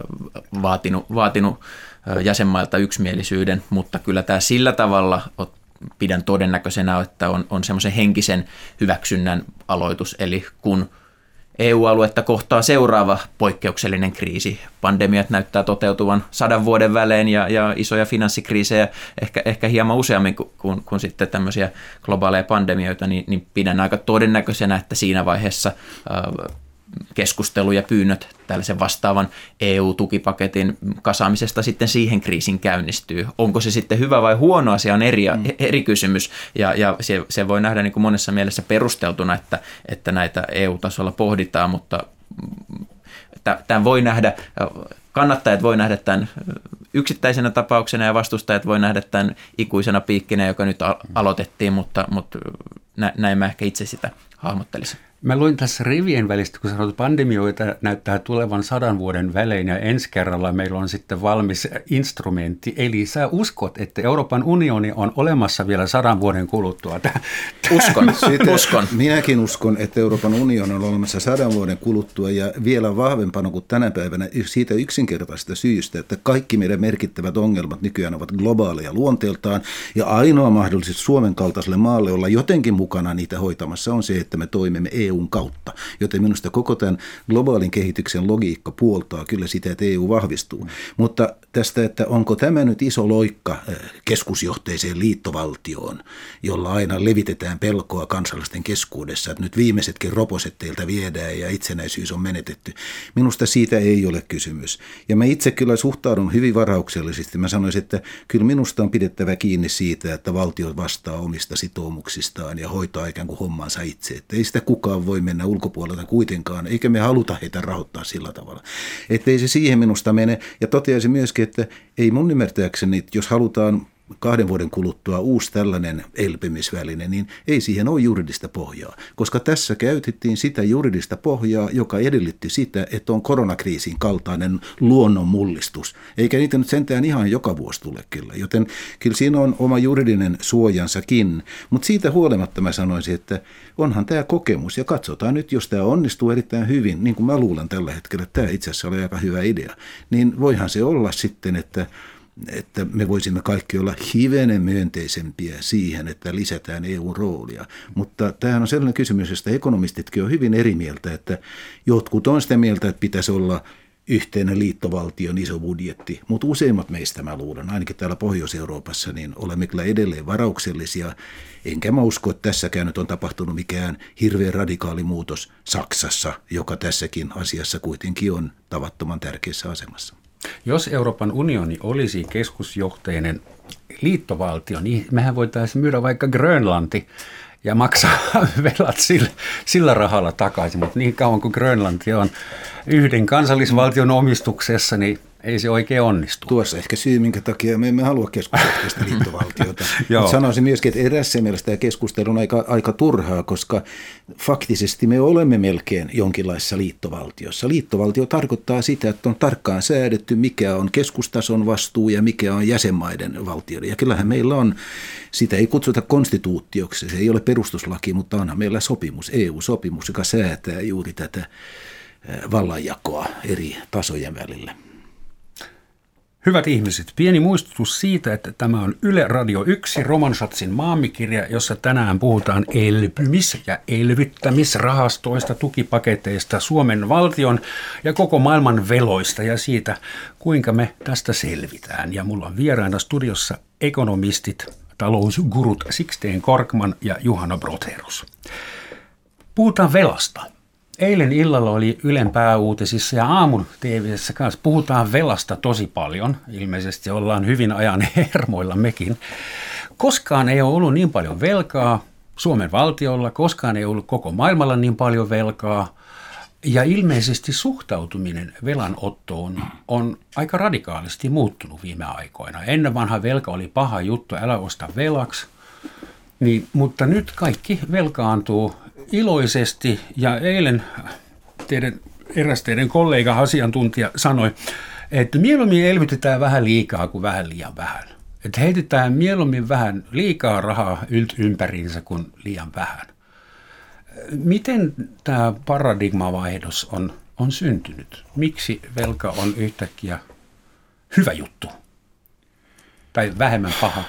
vaatinut jäsenmailta yksimielisyyden, mutta kyllä tämä sillä tavalla pidän todennäköisenä, että on semmoisen henkisen hyväksynnän aloitus, eli kun EU-aluetta kohtaa seuraava poikkeuksellinen kriisi, pandemiat näyttää toteutuvan 100 vuoden välein ja isoja finanssikriisejä ehkä hieman useammin kuin sitten tämmöisiä globaaleja pandemioita, niin pidän aika todennäköisenä, että siinä vaiheessa keskustelu ja pyynnöt tällaisen vastaavan EU-tukipaketin kasaamisesta sitten siihen kriisin käynnistyy. Onko se sitten hyvä vai huono asia on eri kysymys ja se voi nähdä niin kuin monessa mielessä perusteltuna, että näitä EU-tasolla pohditaan, mutta tämän voi nähdä, kannattajat voi nähdä tämän yksittäisenä tapauksena ja vastustajat voi nähdä tämän ikuisena piikkinä, joka nyt aloitettiin, mutta näin mä ehkä itse sitä hahmottelisin. Mä luin tässä rivien välistä, kun sanoit, että pandemioita näyttää tulevan 100 vuoden välein ja ensi kerralla meillä on sitten valmis instrumentti. Eli sä uskot, että Euroopan unioni on olemassa vielä 100 vuoden kuluttua? Uskon. Minäkin uskon, että Euroopan unioni on olemassa 100 vuoden kuluttua ja vielä vahvempana kuin tänä päivänä siitä yksinkertaisesta syystä, että kaikki meidän merkittävät ongelmat nykyään ovat globaaleja luonteeltaan ja ainoa mahdollisuus Suomen kaltaiselle maalle olla jotenkin mukana niitä hoitamassa on se, että me toimimme EUn kautta, joten minusta koko tämän globaalin kehityksen logiikka puoltaa kyllä sitä, että EU vahvistuu. Mutta tästä, että onko tämä nyt iso loikka keskusjohteiseen liittovaltioon, jolla aina levitetään pelkoa kansalaisten keskuudessa, että nyt viimeisetkin roposet teiltä viedään ja itsenäisyys on menetetty. Minusta siitä ei ole kysymys. Ja mä itse kyllä suhtaudun hyvin varauksellisesti. Mä sanoisin, että kyllä minusta on pidettävä kiinni siitä, että valtio vastaa omista sitoumuksistaan ja hoitaa ikään kuin hommansa itse. Että ei sitä kukaan voi mennä ulkopuolelta kuitenkaan, eikä me haluta heitä rahoittaa sillä tavalla. Että ei se siihen minusta mene. Ja toteaisin myöskin, että ei mun ymmärtääkseni, jos halutaan 2 vuoden kuluttua uusi tällainen elpymisväline, niin ei siihen ole juridista pohjaa, koska tässä käytettiin sitä juridista pohjaa, joka edellytti sitä, että on koronakriisin kaltainen luonnonmullistus, eikä niitä nyt sentään ihan joka vuosi tule kyllä, joten kyllä siinä on oma juridinen suojansakin, mutta siitä huolimatta mä sanoisin, että onhan tämä kokemus ja katsotaan nyt, jos tämä onnistuu erittäin hyvin, niin kuin mä luulen tällä hetkellä, että tämä itse asiassa oli aika hyvä idea, niin voihan se olla sitten, että että me voisimme kaikki olla hivenen myönteisempiä siihen, että lisätään EU-roolia. Mutta tämähän on sellainen kysymys, josta ekonomistitkin on hyvin eri mieltä, että jotkut on sitä mieltä, että pitäisi olla yhteinen liittovaltion iso budjetti, mutta useimmat meistä, mä luulen, ainakin täällä Pohjois-Euroopassa, niin olemme kyllä edelleen varauksellisia. Enkä mä usko, että tässäkään nyt on tapahtunut mikään hirveän radikaali muutos Saksassa, joka tässäkin asiassa kuitenkin on tavattoman tärkeässä asemassa. Jos Euroopan unioni olisi keskusjohteinen liittovaltio, niin mehän voitaisiin myydä vaikka Grönlanti ja maksaa velat sillä rahalla takaisin, mutta niin kauan kuin Grönlanti on yhden kansallisvaltion omistuksessa, niin ei se oikein onnistu. Tuossa ehkä syy, minkä takia me emme halua keskusjohteista liittovaltiota. Mutta sanoisin myöskin, että erässä mielestä tämä keskustelu on aika turhaa, koska faktisesti me olemme melkein jonkinlaisessa liittovaltiossa. Liittovaltio tarkoittaa sitä, että on tarkkaan säädetty, mikä on keskustason vastuu ja mikä on jäsenmaiden valtioiden. Ja kyllähän meillä on, sitä ei kutsuta konstituutioksi, se ei ole perustuslaki, mutta onhan meillä sopimus, EU-sopimus, joka säätää juuri tätä vallanjakoa eri tasojen välillä. Hyvät ihmiset, pieni muistutus siitä, että tämä on Yle Radio 1 Roman Schatzin maamikirja, jossa tänään puhutaan elpymis- ja elvyttämisrahastoista, tukipaketeista, Suomen valtion ja koko maailman veloista ja siitä, kuinka me tästä selvitään. Ja mulla on vieraana studiossa ekonomistit, talousgurut Sixten Korkman ja Juhana Brotheros. Puhutaan velasta. Eilen illalla oli Ylen pääuutisissa ja aamun TV:ssä kanssa puhutaan velasta tosi paljon. Ilmeisesti ollaan hyvin ajan hermoilla mekin. Koskaan ei ole ollut niin paljon velkaa Suomen valtiolla, koskaan ei ollut koko maailmalla niin paljon velkaa. Ja ilmeisesti suhtautuminen velanottoon on aika radikaalisti muuttunut viime aikoina. Ennen vanha velka oli paha juttu, älä osta velaksi. Mutta nyt kaikki velkaantuu iloisesti, ja eilen eräs teidän kollega asiantuntija sanoi, että mieluummin elvytetään vähän liikaa kuin vähän liian vähän. Että heitetään mieluummin vähän liikaa rahaa ympäriinsä kuin liian vähän. Miten tämä paradigmavaihdos on syntynyt? Miksi velka on yhtäkkiä hyvä juttu tai vähemmän paha?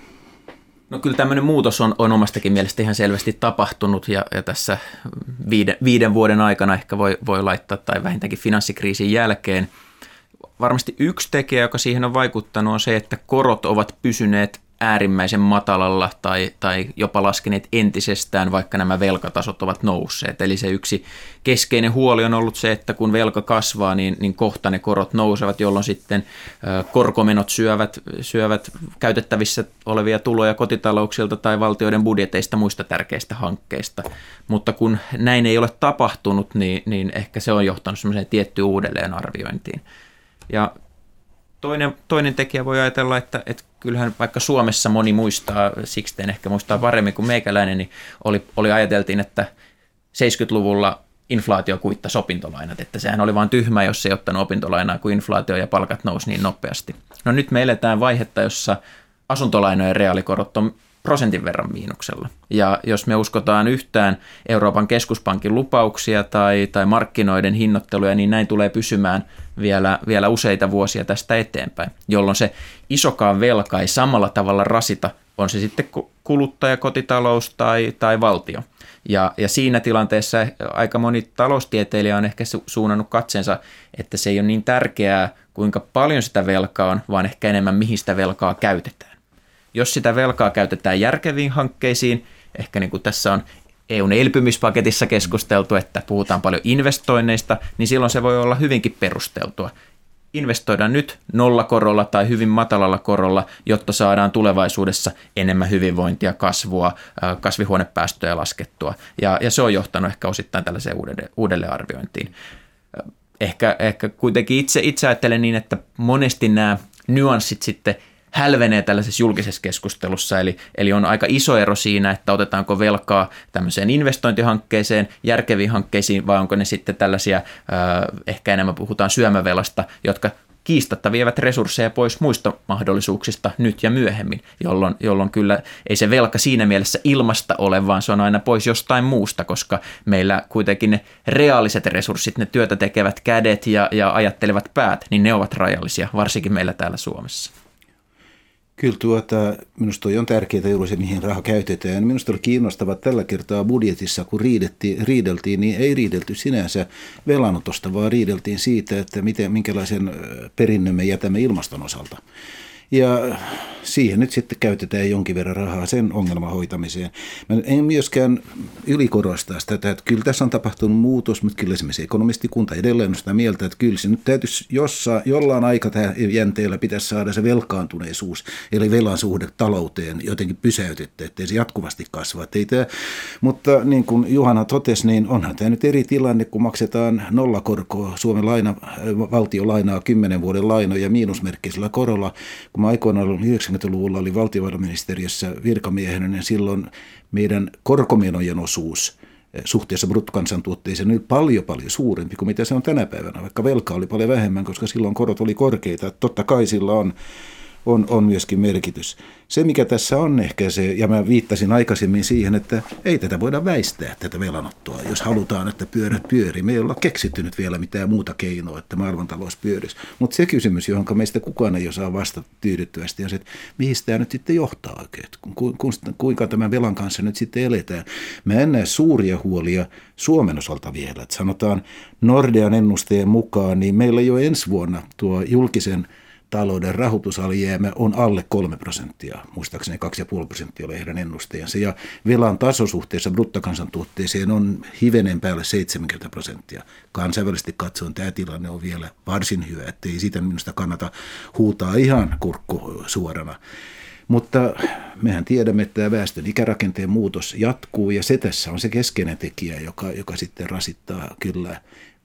No kyllä tämmöinen muutos on omastakin mielestä ihan selvästi tapahtunut ja tässä viiden vuoden aikana ehkä voi laittaa tai vähintäänkin finanssikriisin jälkeen. Varmasti yksi tekijä, joka siihen on vaikuttanut, on se, että korot ovat pysyneet äärimmäisen matalalla tai jopa laskeneet entisestään, vaikka nämä velkatasot ovat nousseet. Eli se yksi keskeinen huoli on ollut se, että kun velka kasvaa, niin kohta ne korot nousevat, jolloin sitten korkomenot syövät käytettävissä olevia tuloja kotitalouksilta tai valtioiden budjeteista muista tärkeistä hankkeista. Mutta kun näin ei ole tapahtunut, niin ehkä se on johtanut semmoiseen tiettyyn uudelleenarviointiin. Ja toinen tekijä voi ajatella, että kyllähän vaikka Suomessa moni muistaa, Sixten ehkä muistaa paremmin kuin meikäläinen, niin ajateltiin, että 70-luvulla inflaatio kuittasi opintolainat, että sehän oli vaan tyhmä, jos ei ottanut opintolainaa, kun inflaatio ja palkat nousi niin nopeasti. No nyt me eletään vaihetta, jossa asuntolainojen reaalikorot on prosentin verran miinuksella. Ja jos me uskotaan yhtään Euroopan keskuspankin lupauksia tai markkinoiden hinnoitteluja, niin näin tulee pysymään vielä useita vuosia tästä eteenpäin, jolloin se isokaan velka ei samalla tavalla rasita, on se sitten kuluttaja, kotitalous tai valtio. Ja siinä tilanteessa aika moni taloustieteilijä on ehkä suunnannut katseensa, että se ei ole niin tärkeää, kuinka paljon sitä velkaa on, vaan ehkä enemmän mihin sitä velkaa käytetään. Jos sitä velkaa käytetään järkeviin hankkeisiin, ehkä niin kuin tässä on EUn elpymispaketissa keskusteltu, että puhutaan paljon investoinneista, niin silloin se voi olla hyvinkin perusteltua. Investoidaan nyt nollakorolla tai hyvin matalalla korolla, jotta saadaan tulevaisuudessa enemmän hyvinvointia, kasvua, kasvihuonepäästöjä laskettua. Ja se on johtanut ehkä osittain tällaiseen uudelleenarviointiin. Ehkä kuitenkin itse ajattelen niin, että monesti nämä nyanssit sitten hälvenee tällaisessa julkisessa keskustelussa, eli on aika iso ero siinä, että otetaanko velkaa tämmöiseen investointihankkeeseen, järkeviin hankkeisiin, vai onko ne sitten tällaisia, ehkä enemmän puhutaan syömävelasta, jotka kiistatta vievät resursseja pois muista mahdollisuuksista nyt ja myöhemmin, jolloin kyllä ei se velka siinä mielessä ilmasta ole, vaan se on aina pois jostain muusta, koska meillä kuitenkin ne reaaliset resurssit, ne työtä tekevät kädet ja ajattelevat päät, niin ne ovat rajallisia, varsinkin meillä täällä Suomessa. Kyllä minusta on tärkeää juuri se, mihin raha käytetään. Minusta oli kiinnostavaa tällä kertaa budjetissa, kun riideltiin, niin ei riidelty sinänsä velanotosta, vaan riideltiin siitä, että minkälaisen perinnön me jätämme ilmaston osalta. Ja siihen nyt sitten käytetään jonkin verran rahaa sen ongelman hoitamiseen. Mä en myöskään ylikorostaa sitä, että kyllä tässä on tapahtunut muutos, mutta kyllä esimerkiksi ekonomistikunta edelleen on sitä mieltä, että kyllä se nyt täytyisi jollain aikajänteellä pitäisi saada se velkaantuneisuus, eli velan suhde talouteen jotenkin pysäytetty, ettei se jatkuvasti kasva. Mutta niin kuin Juhana totesi, niin onhan tämä nyt eri tilanne, kun maksetaan nollakorkoa, Suomen valtio lainaa 10 vuoden lainoja miinusmerkkisellä korolla. Kun mä aikoinaan 90-luvulla oli valtiovarainministeriössä virkamiehenä, niin silloin meidän korkomenojen osuus suhteessa bruttokansantuotteeseen oli paljon suurempi kuin mitä se on tänä päivänä, vaikka velka oli paljon vähemmän, koska silloin korot oli korkeita. Totta kai sillä on myöskin merkitys. Se, mikä tässä on ehkä se, ja mä viittasin aikaisemmin siihen, että ei tätä voida väistää, tätä velanottoa, jos halutaan, että pyörät pyörii. Me ei olla keksitty nyt vielä mitään muuta keinoa, että maailmantalous pyörisi. Mutta se kysymys, johon meistä kukaan ei osaa vastata tyydyttävästi, on se, että mihin tämä nyt sitten johtaa oikein, kuinka tämän velan kanssa nyt sitten eletään. Mä en näe suuria huolia Suomen osalta vielä. Että sanotaan Nordean ennusteen mukaan, niin meillä jo ensi vuonna tuo julkisen talouden rahoitusalijäämä on alle 3%, muistaakseni 2,5% oli heidän ennusteensa, ja velan taso suhteessa bruttokansantuotteeseen on hivenen päälle 70%. Kansainvälisesti katsoen tämä tilanne on vielä varsin hyvä, ettei siitä minusta kannata huutaa ihan kurkku suorana. Mutta mehän tiedämme, että tämä väestön ikärakenteen muutos jatkuu, ja se tässä on se keskeinen tekijä, joka sitten rasittaa kyllä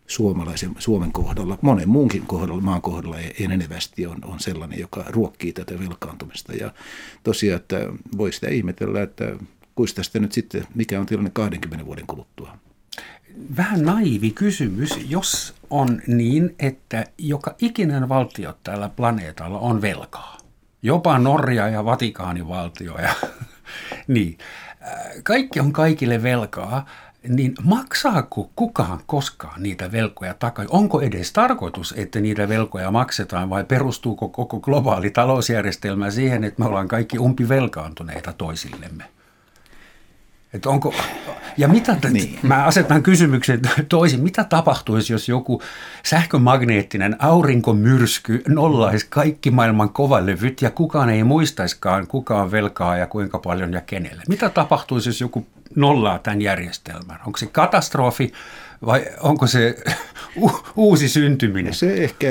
Suomen kohdalla, monen muunkin kohdalla, maan kohdalla enenevästi on sellainen, joka ruokkii tätä velkaantumista. Ja tosiaan, että voi sitä ihmetellä, että kuinka tästä nyt sitten, mikä on tilanne 20 vuoden kuluttua. Vähän naivi kysymys, jos on niin, että joka ikinen valtio tällä planeetalla on velkaa. Jopa Norja ja Vatikaanivaltio. Ja, niin. Kaikki on kaikille velkaa. Niin maksaako kukaan koskaan niitä velkoja takaisin? Onko edes tarkoitus, että niitä velkoja maksetaan vai perustuuko koko globaali talousjärjestelmä siihen, että me ollaan kaikki umpivelkaantuneita toisillemme? Että onko, ja niin. Mä asetan kysymyksen toisin, mitä tapahtuisi, jos joku sähkömagneettinen aurinkomyrsky nollaisi kaikki maailman kovalevyt ja kukaan ei muistaiskaan, kuka on velkaa ja kuinka paljon ja kenelle? Mitä tapahtuisi, jos joku nollaa tämän järjestelmän? Onko se katastrofi vai onko se uusi syntyminen? Se ehkä,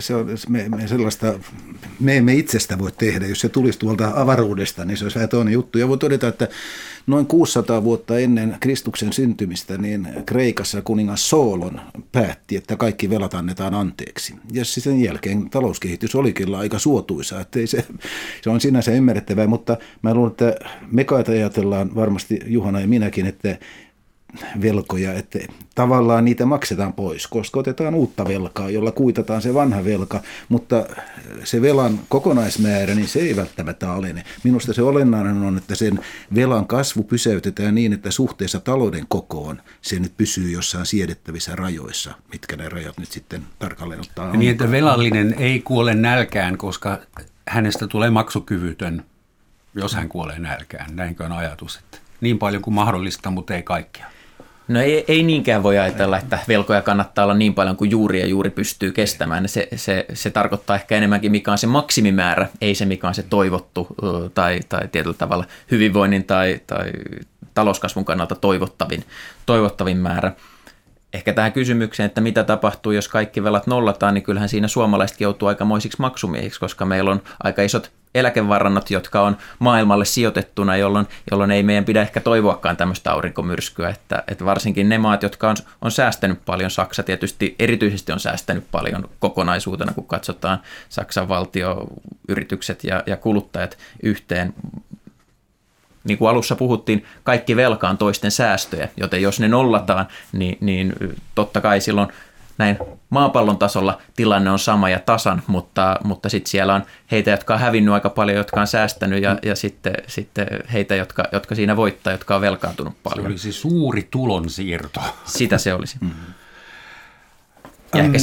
me emme itsestä voi tehdä. Jos se tulisi tuolta avaruudesta, niin se olisi vähän toinen juttu. Ja voi todeta, että noin 600 vuotta ennen Kristuksen syntymistä, niin Kreikassa kuningas Solon päätti, että kaikki velat annetaan anteeksi. Ja sen jälkeen talouskehitys oli kyllä aika suotuisa. Että se on sinänsä ymmärrettävää, mutta mä luulen, että me kai ajatellaan varmasti Juhana ja minäkin, että velkoja, että tavallaan niitä maksetaan pois, koska otetaan uutta velkaa, jolla kuitataan se vanha velka, mutta se velan kokonaismäärä, niin se ei välttämättä alene. Minusta se olennainen on, että sen velan kasvu pysäytetään niin, että suhteessa talouden kokoon se nyt pysyy jossain siedettävissä rajoissa, mitkä ne rajat nyt sitten tarkalleen ottaa. Niin, että velallinen ei kuole nälkään, koska hänestä tulee maksukyvytön, jos hän kuolee nälkään. Näinkö on ajatus, että niin paljon kuin mahdollista, mutta ei kaikkea. No ei niinkään voi ajatella, että velkoja kannattaa olla niin paljon kuin juuri pystyy kestämään. Se tarkoittaa ehkä enemmänkin, mikä on se maksimimäärä, ei se, mikä on se toivottu tai tietyllä tavalla hyvinvoinnin tai talouskasvun kannalta toivottavin määrä. Ehkä tähän kysymykseen, että mitä tapahtuu, jos kaikki velat nollataan, niin kyllähän siinä suomalaiset joutuu aikamoisiksi maksumiehiksi, koska meillä on aika isot eläkevarannot, jotka on maailmalle sijoitettuna, jolloin ei meidän pidä ehkä toivoakaan tämmöistä aurinkomyrskyä, että varsinkin ne maat, jotka on säästänyt paljon, Saksa tietysti erityisesti on säästänyt paljon kokonaisuutena, kun katsotaan Saksan valtioyritykset ja kuluttajat yhteen. Niin kuin alussa puhuttiin, kaikki velka on toisten säästöjä, joten jos ne nollataan, niin totta kai silloin näin maapallon tasolla tilanne on sama ja tasan, mutta sitten siellä on heitä, jotka on hävinnyt aika paljon, jotka on säästänyt ja sitten heitä, jotka siinä voittaa, jotka on velkaantunut paljon. Se olisi suuri tulonsiirto. Sitä se olisi. Ja ehkä se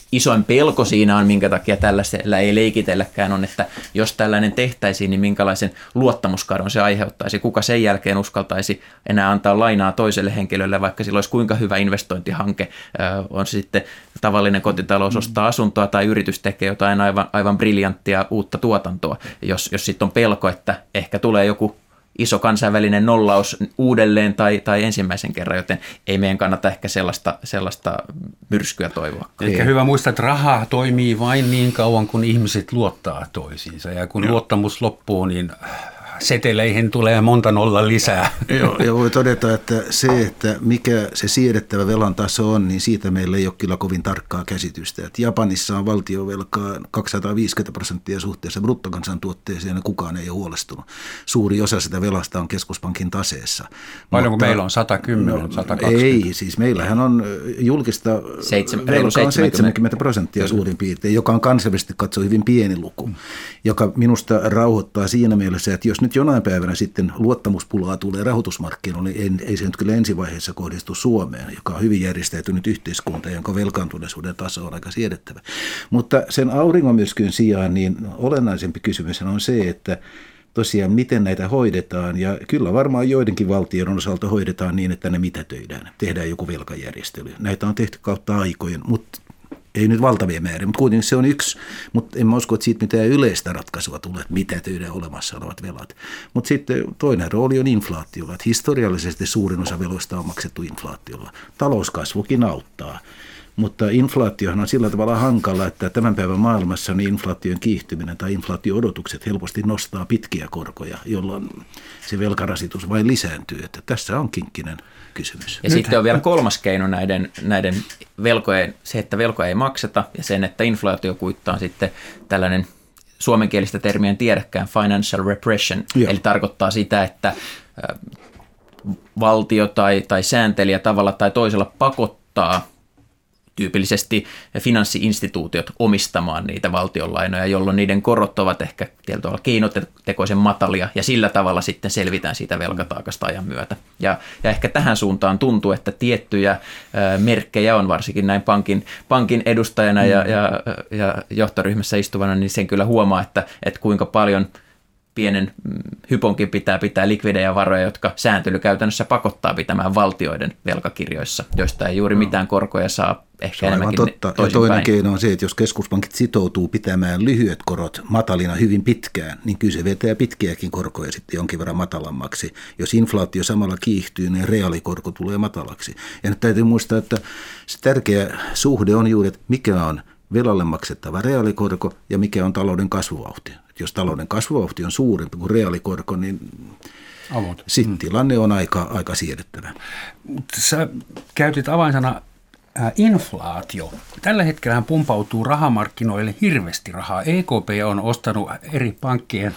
isoin pelko siinä on, minkä takia tällaisella ei leikitelläkään, on, että jos tällainen tehtäisiin, niin minkälaisen luottamuskadon se aiheuttaisi. Kuka sen jälkeen uskaltaisi enää antaa lainaa toiselle henkilölle, vaikka sillä olisi kuinka hyvä investointihanke. On se sitten tavallinen kotitalous ostaa asuntoa tai yritys tekee jotain aivan briljanttia uutta tuotantoa. Jos sitten on pelko, että ehkä tulee joku iso kansainvälinen nollaus uudelleen tai ensimmäisen kerran, joten ei meidän kannata ehkä sellaista myrskyä toivoa. Eli hyvä muistaa, että raha toimii vain niin kauan, kun ihmiset luottaa toisiinsa. Ja kun luottamus loppuu, niin seteleihin tulee monta nolla lisää. Joo, ja voi todeta, että mikä se siedettävä velan taso on, niin siitä meillä ei ole kyllä kovin tarkkaa käsitystä. Että Japanissa on valtiovelkaa 250% suhteessa bruttokansantuotteeseen ja kukaan ei ole huolestunut. Suuri osa sitä velasta on keskuspankin taseessa. Paljonko meillä on? 110, 120? Ei, siis meillähän on julkista velkaa 70% suurin piirtein, joka on kansainvälisesti katsoen hyvin pieni luku, joka minusta rauhoittaa siinä mielessä, että jos nyt jonain päivänä sitten luottamuspulaa tulee rahoitusmarkkinoille, niin ei se nyt kyllä ensivaiheessa kohdistu Suomeen, joka on hyvin järjestäytynyt yhteiskunta, jonka velkaantuneisuuden taso on aika siedettävä. Mutta sen auringonmyrskyn sijaan niin olennaisempi kysymys on se, että tosiaan miten näitä hoidetaan, ja kyllä varmaan joidenkin valtion osalta hoidetaan niin, että ne mitätöidään, tehdään joku velkajärjestely. Näitä on tehty kautta aikojen, mutta ei nyt valtavia määriä, mutta kuitenkin se on yksi, mutta en mä usko, että siitä mitään yleistä ratkaisua tulee, että mitätöidään olemassa olevat velat. Mutta sitten toinen rooli on inflaatiolla, että historiallisesti suurin osa veloista on maksettu inflaatiolla. Talouskasvukin auttaa, mutta inflaatiohan on sillä tavalla hankala, että tämän päivän maailmassa niin inflaation kiihtyminen tai inflaatio-odotukset helposti nostaa pitkiä korkoja, jolloin se velkarasitus vain lisääntyy. Että tässä on kinkkinen kysymys. Ja sitten on vielä kolmas keino näiden velkojen, se, että velkoja ei makseta, ja sen, että inflaatio kuittaa sitten tällainen suomenkielistä termiä en tiedäkään, financial repression, eli tarkoittaa sitä, että valtio tai sääntelijä tavalla tai toisella pakottaa tyypillisesti finanssi-instituutiot omistamaan niitä valtionlainoja, jolloin niiden korot ovat ehkä tietyllä tavalla keinotekoisen matalia, ja sillä tavalla sitten selvitään siitä velkataakasta ajan myötä. Ja ehkä tähän suuntaan tuntuu, että tiettyjä merkkejä on, varsinkin näin pankin edustajana ja johtoryhmässä istuvana, niin sen kyllä huomaa, että kuinka paljon pienen hyponkin pitää likvidejä varoja, jotka sääntely käytännössä pakottaa pitämään valtioiden velkakirjoissa, joista ei juuri mitään korkoja saa, ehkä enemmänkin totta. Ja toinen keino on se, että jos keskuspankit sitoutuu pitämään lyhyet korot matalina hyvin pitkään, niin kyllä se vetää pitkiäkin korkoja sitten jonkin verran matalammaksi. Jos inflaatio samalla kiihtyy, niin reaalikorko tulee matalaksi. Ja nyt täytyy muistaa, että se tärkeä suhde on juuri, että mikä on velalle maksettava reaalikorko ja mikä on talouden kasvuvauhti. Jos talouden kasvuvauhti on suurempi kuin reaalikorko, niin sitten tilanne on aika siedettävä. Sä käytit avainsana inflaatio. Tällä hetkellä pumpautuu rahamarkkinoille hirveästi rahaa. EKP on ostanut eri pankkien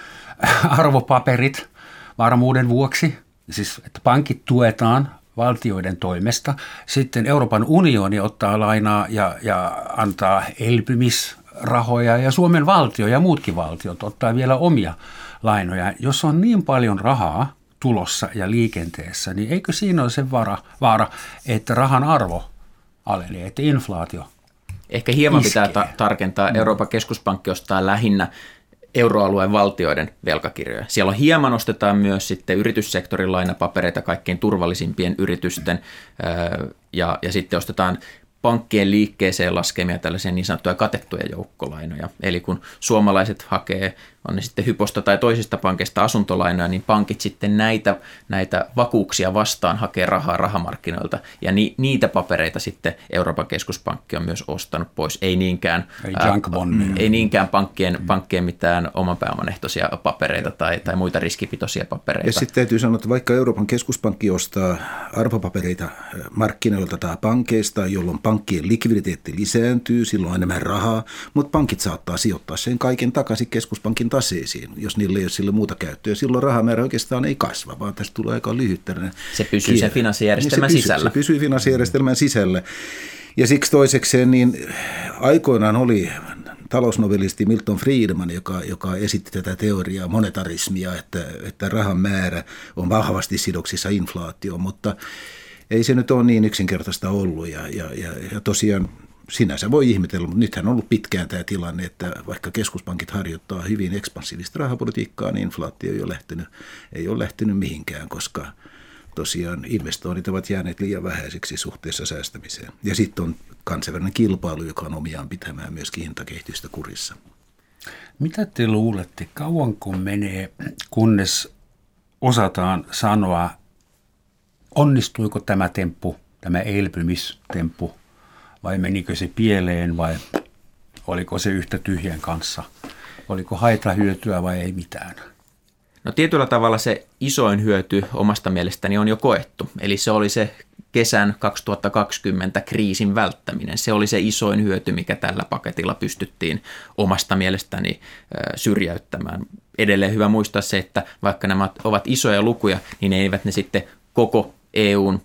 arvopaperit varmuuden vuoksi, siis että pankit tuetaan valtioiden toimesta. Sitten Euroopan unioni ottaa lainaa ja antaa elpymisrahoja, ja Suomen valtio ja muutkin valtiot ottaa vielä omia lainoja. Jos on niin paljon rahaa tulossa ja liikenteessä, niin eikö siinä ole se vaara, että rahan arvo alenee, että inflaatio ehkä hieman iskee. Pitää tarkentaa. Euroopan keskuspankki ostaa lähinnä euroalueen valtioiden velkakirjoja. Siellä on hieman ostetaan myös sitten yrityssektorin lainapapereita kaikkein turvallisimpien yritysten ja sitten ostetaan pankkien liikkeeseen laskemia tällaisia niin sanottuja katettuja joukkolainoja. Eli kun suomalaiset hakee, on ne sitten Hyposta tai toisista pankeista asuntolainoja, niin pankit sitten näitä vakuuksia vastaan hakee rahaa rahamarkkinoilta. Ja niitä papereita sitten Euroopan keskuspankki on myös ostanut pois. Ei niinkään pankkien mitään oman pääoman ehtoisia papereita tai muita riskipitoisia papereita. Ja sitten täytyy sanoa, että vaikka Euroopan keskuspankki ostaa arvopapereita markkinoilta tai pankeista, jolloin pankkien likviditeetti lisääntyy, silloin on enemmän rahaa, mutta pankit saattaa sijoittaa sen kaiken takaisin keskuspankin taseisiin, jos niille ei ole sille muuta käyttöä. Silloin rahamäärä oikeastaan ei kasva, vaan tästä tulee aika lyhyt tällainen se pysyy sen finanssijärjestelmän sisällä. Se pysyy finanssijärjestelmän sisällä. Ja siksi toisekseen niin aikoinaan oli talousnovellisti Milton Friedman, joka esitti tätä teoriaa, monetarismia, että rahan määrä on vahvasti sidoksissa inflaatioon, mutta ei se nyt ole niin yksinkertaista ollut. Ja tosiaan sinänsä voi ihmetellä, mutta nythän on ollut pitkään tämä tilanne, että vaikka keskuspankit harjoittaa hyvin ekspansiivista rahapolitiikkaa, niin inflaatio ei ole lähtenyt mihinkään, koska tosiaan investoinnit ovat jääneet liian vähäisiksi suhteessa säästämiseen. Ja sitten on kansainvälinen kilpailu, joka on omiaan pitämään myöskin hintakehitystä kurissa. Mitä te luulette, kauanko menee, kunnes osataan sanoa, onnistuiko tämä temppu, tämä elpymistemppu, vai menikö se pieleen, vai oliko se yhtä tyhjän kanssa? Oliko haita hyötyä vai ei mitään? No tietyllä tavalla se isoin hyöty omasta mielestäni on jo koettu, eli se oli se kesän 2020 kriisin välttäminen. Se oli se isoin hyöty, mikä tällä paketilla pystyttiin omasta mielestäni syrjäyttämään. Edelleen hyvä muistaa se, että vaikka nämä ovat isoja lukuja, niin eivät ne sitten koko EUn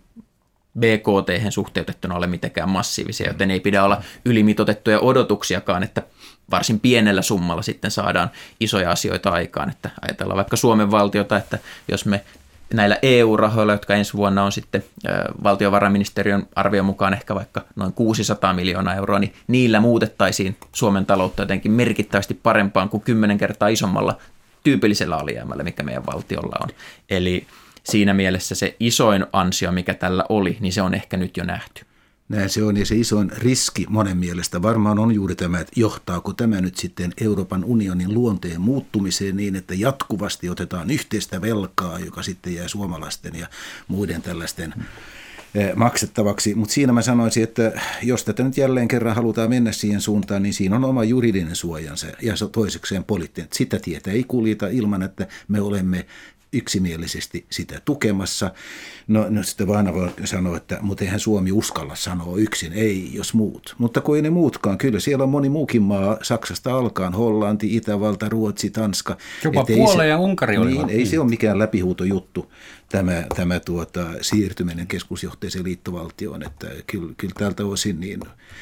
BKT:hen suhteutettuna ole mitenkään massiivisia, joten ei pidä olla ylimitoitettuja odotuksiakaan, että varsin pienellä summalla sitten saadaan isoja asioita aikaan. Että ajatellaan vaikka Suomen valtiota, että jos me näillä EU-rahoilla, jotka ensi vuonna on sitten valtiovarainministeriön arvion mukaan ehkä vaikka noin 600 miljoonaa euroa, niin niillä muutettaisiin Suomen taloutta jotenkin merkittävästi parempaan kuin 10 kertaa isommalla tyypillisellä alijäämällä, mikä meidän valtiolla on. Eli siinä mielessä se isoin ansio, mikä tällä oli, niin se on ehkä nyt jo nähty. Näin se on, ja se isoin riski monen mielestä varmaan on juuri tämä, että johtaako tämä nyt sitten Euroopan unionin luonteen muuttumiseen niin, että jatkuvasti otetaan yhteistä velkaa, joka sitten jää suomalaisten ja muiden tällaisten maksettavaksi. Mutta siinä mä sanoisin, että jos tätä nyt jälleen kerran halutaan mennä siihen suuntaan, niin siinä on oma juridinen suojansa ja toisekseen poliittinen. Sitä tietä ei kuljeta ilman, että me olemme yksimielisesti sitä tukemassa. No sitten vaan voi sanoa, että mutta eihän Suomi uskalla sanoa yksin, ei jos muut. Mutta kun ei ne muutkaan, kyllä siellä on moni muukin maa, Saksasta alkaen, Hollanti, Itävalta, Ruotsi, Tanska. Jopa Puola ja Unkari oli. Niin, ei se ole mikään läpihuutojuttu tämä siirtyminen keskusjohteiseen liittovaltioon, että kyllä tältä osin niin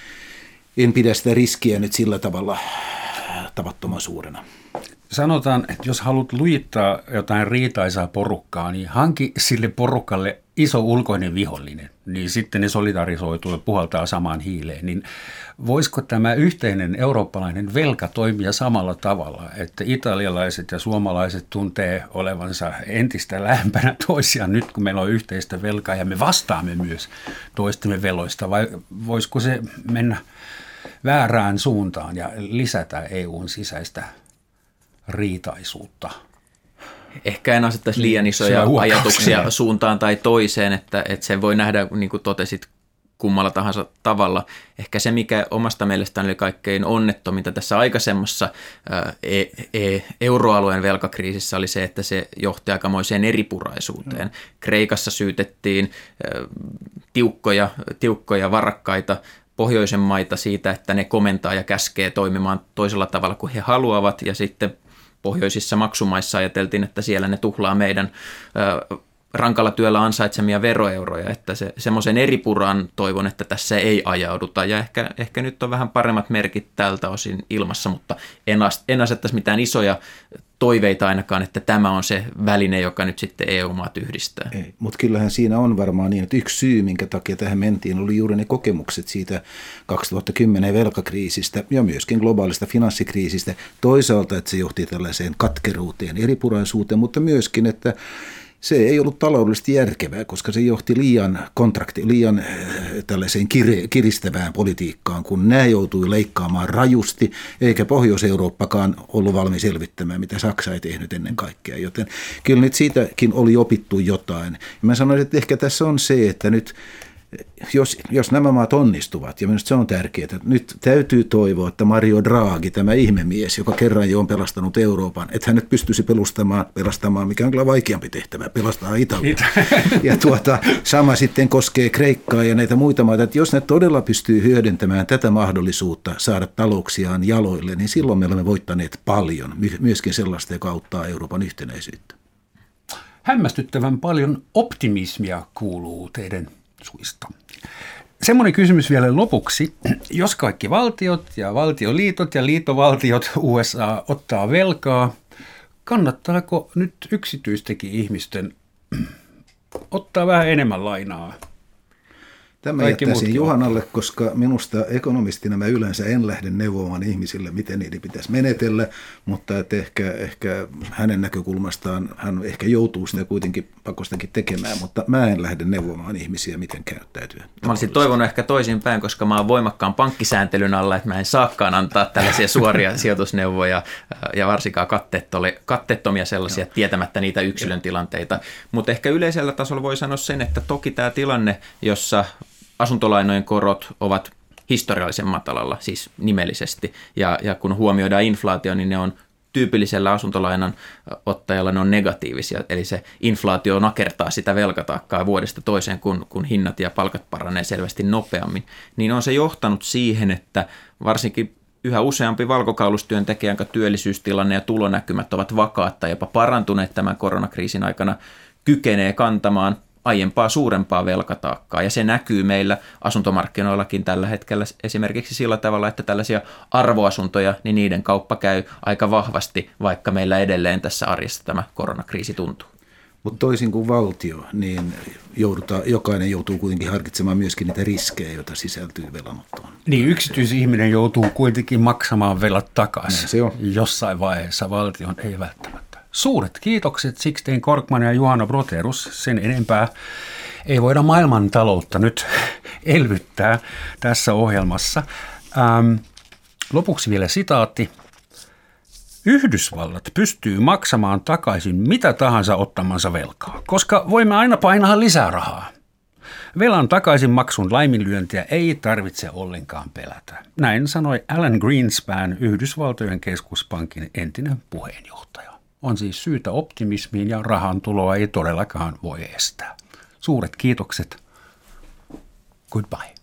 en pidä sitä riskiä nyt sillä tavalla tavattoman suurena. Sanotaan, että jos haluat lujittaa jotain riitaisaa porukkaa, niin hanki sille porukalle iso ulkoinen vihollinen, niin sitten ne solidarisoituu ja puhaltaa samaan hiileen. Niin voisiko tämä yhteinen eurooppalainen velka toimia samalla tavalla, että italialaiset ja suomalaiset tuntee olevansa entistä lähempänä toisiaan nyt, kun meillä on yhteistä velkaa ja me vastaamme myös toistemme veloista, vai voisiko se mennä väärään suuntaan ja lisätä EUn sisäistä riitaisuutta? Ehkä en asettaisi liian isoja ajatuksia suuntaan tai toiseen, että se voi nähdä, niin kuin totesit, kummalla tahansa tavalla. Ehkä se, mikä omasta mielestäni oli kaikkein onnettominta tässä aikaisemmassa euroalueen velkakriisissä, oli se, että se johti aikamoiseen eripuraisuuteen. Kreikassa syytettiin tiukkoja varakkaita pohjoisen maita siitä, että ne komentaa ja käskee toimimaan toisella tavalla kuin he haluavat, ja sitten pohjoisissa maksumaissa ajateltiin, että siellä ne tuhlaa meidän rankalla työllä ansaitsemia veroeuroja, että semmoisen eripuraan toivon, että tässä ei ajauduta, ja ehkä nyt on vähän paremmat merkit tältä osin ilmassa, mutta en asettaisi mitään isoja toiveita ainakaan, että tämä on se väline, joka nyt sitten EU-maat yhdistää. Ei, mutta kyllähän siinä on varmaan niin, että yksi syy, minkä takia tähän mentiin, oli juuri ne kokemukset siitä 2010 velkakriisistä ja myöskin globaalista finanssikriisistä. Toisaalta, että se johti tällaiseen katkeruuteen, eripuraisuuteen, mutta myöskin, että se ei ollut taloudellisesti järkevää, koska se johti liian tällaiseen kiristävään politiikkaan, kun nämä joutui leikkaamaan rajusti, eikä Pohjois-Eurooppakaan ollut valmis selvittämään, mitä Saksa ei tehnyt ennen kaikkea. Joten kyllä nyt siitäkin oli opittu jotain. Ja mä sanoisin, että ehkä tässä on se, että nyt jos nämä maat onnistuvat, ja minusta se on tärkeää, että nyt täytyy toivoa, että Draghi, tämä ihmemies, joka kerran jo on pelastanut Euroopan, että hän nyt pystyisi pelastamaan, mikä on kyllä vaikeampi tehtävä, pelastaa Italia. Ja sama sitten koskee Kreikkaa ja näitä muita maita, että jos ne todella pystyy hyödyntämään tätä mahdollisuutta saada talouksiaan jaloille, niin silloin me olemme voittaneet paljon, myöskin sellaista, joka auttaa Euroopan yhtenäisyyttä. Hämmästyttävän paljon optimismia kuuluu teidän suista. Semmoinen kysymys vielä lopuksi. Jos kaikki valtiot ja valtioliitot ja liittovaltiot USA ottaa velkaa, kannattaako nyt yksityistenkin ihmisten ottaa vähän enemmän lainaa? Tämä jättäisin Juhanalle, koska minusta ekonomistina mä yleensä en lähde neuvomaan ihmisille, miten niiden pitäisi menetellä, mutta että ehkä hänen näkökulmastaan hän ehkä joutuu sitä kuitenkin pakostakin tekemään, mutta mä en lähde neuvomaan ihmisiä, miten käyttäytyä. Mä olisin toivonut ehkä toisinpäin, koska mä oon voimakkaan pankkisääntelyn alla, että mä en saakaan antaa tällaisia suoria sijoitusneuvoja ja varsinkaan katteettomia sellaisia tietämättä niitä yksilön tilanteita. Mutta ehkä yleisellä tasolla voi sanoa sen, että toki tämä tilanne, jossa asuntolainojen korot ovat historiallisen matalalla, siis nimellisesti, ja kun huomioidaan inflaatio, niin ne on tyypillisellä asuntolainan ottajalla ne on negatiivisia, eli se inflaatio nakertaa sitä velkataakkaa vuodesta toiseen, kun hinnat ja palkat paranee selvästi nopeammin, niin on se johtanut siihen, että varsinkin yhä useampi valkokaulustyöntekijä, jonka työllisyystilanne ja tulonäkymät ovat vakaat tai jopa parantuneet tämän koronakriisin aikana, kykenee kantamaan aiempaa suurempaa velkataakkaa, ja se näkyy meillä asuntomarkkinoillakin tällä hetkellä esimerkiksi sillä tavalla, että tällaisia arvoasuntoja, niin niiden kauppa käy aika vahvasti, vaikka meillä edelleen tässä arjessa tämä koronakriisi tuntuu. Mutta toisin kuin valtio, niin jokainen joutuu kuitenkin harkitsemaan myöskin niitä riskejä, joita sisältyy velanottoon. Niin, yksityisihminen joutuu kuitenkin maksamaan velat takaisin. Se on. Jossain vaiheessa valtion ei välttämättä. Suuret kiitokset Sixten Korkman ja Juhana Broterus. Sen enempää ei voida maailmantaloutta nyt elvyttää tässä ohjelmassa. Lopuksi vielä sitaatti. Yhdysvallat pystyy maksamaan takaisin mitä tahansa ottamansa velkaa, koska voimme aina painaa lisää rahaa. Velan takaisinmaksun laiminlyöntiä ei tarvitse ollenkaan pelätä. Näin sanoi Alan Greenspan, Yhdysvaltojen keskuspankin entinen puheenjohtaja. On siis syytä optimismiin ja rahan tuloa ei todellakaan voi estää. Suuret kiitokset. Goodbye.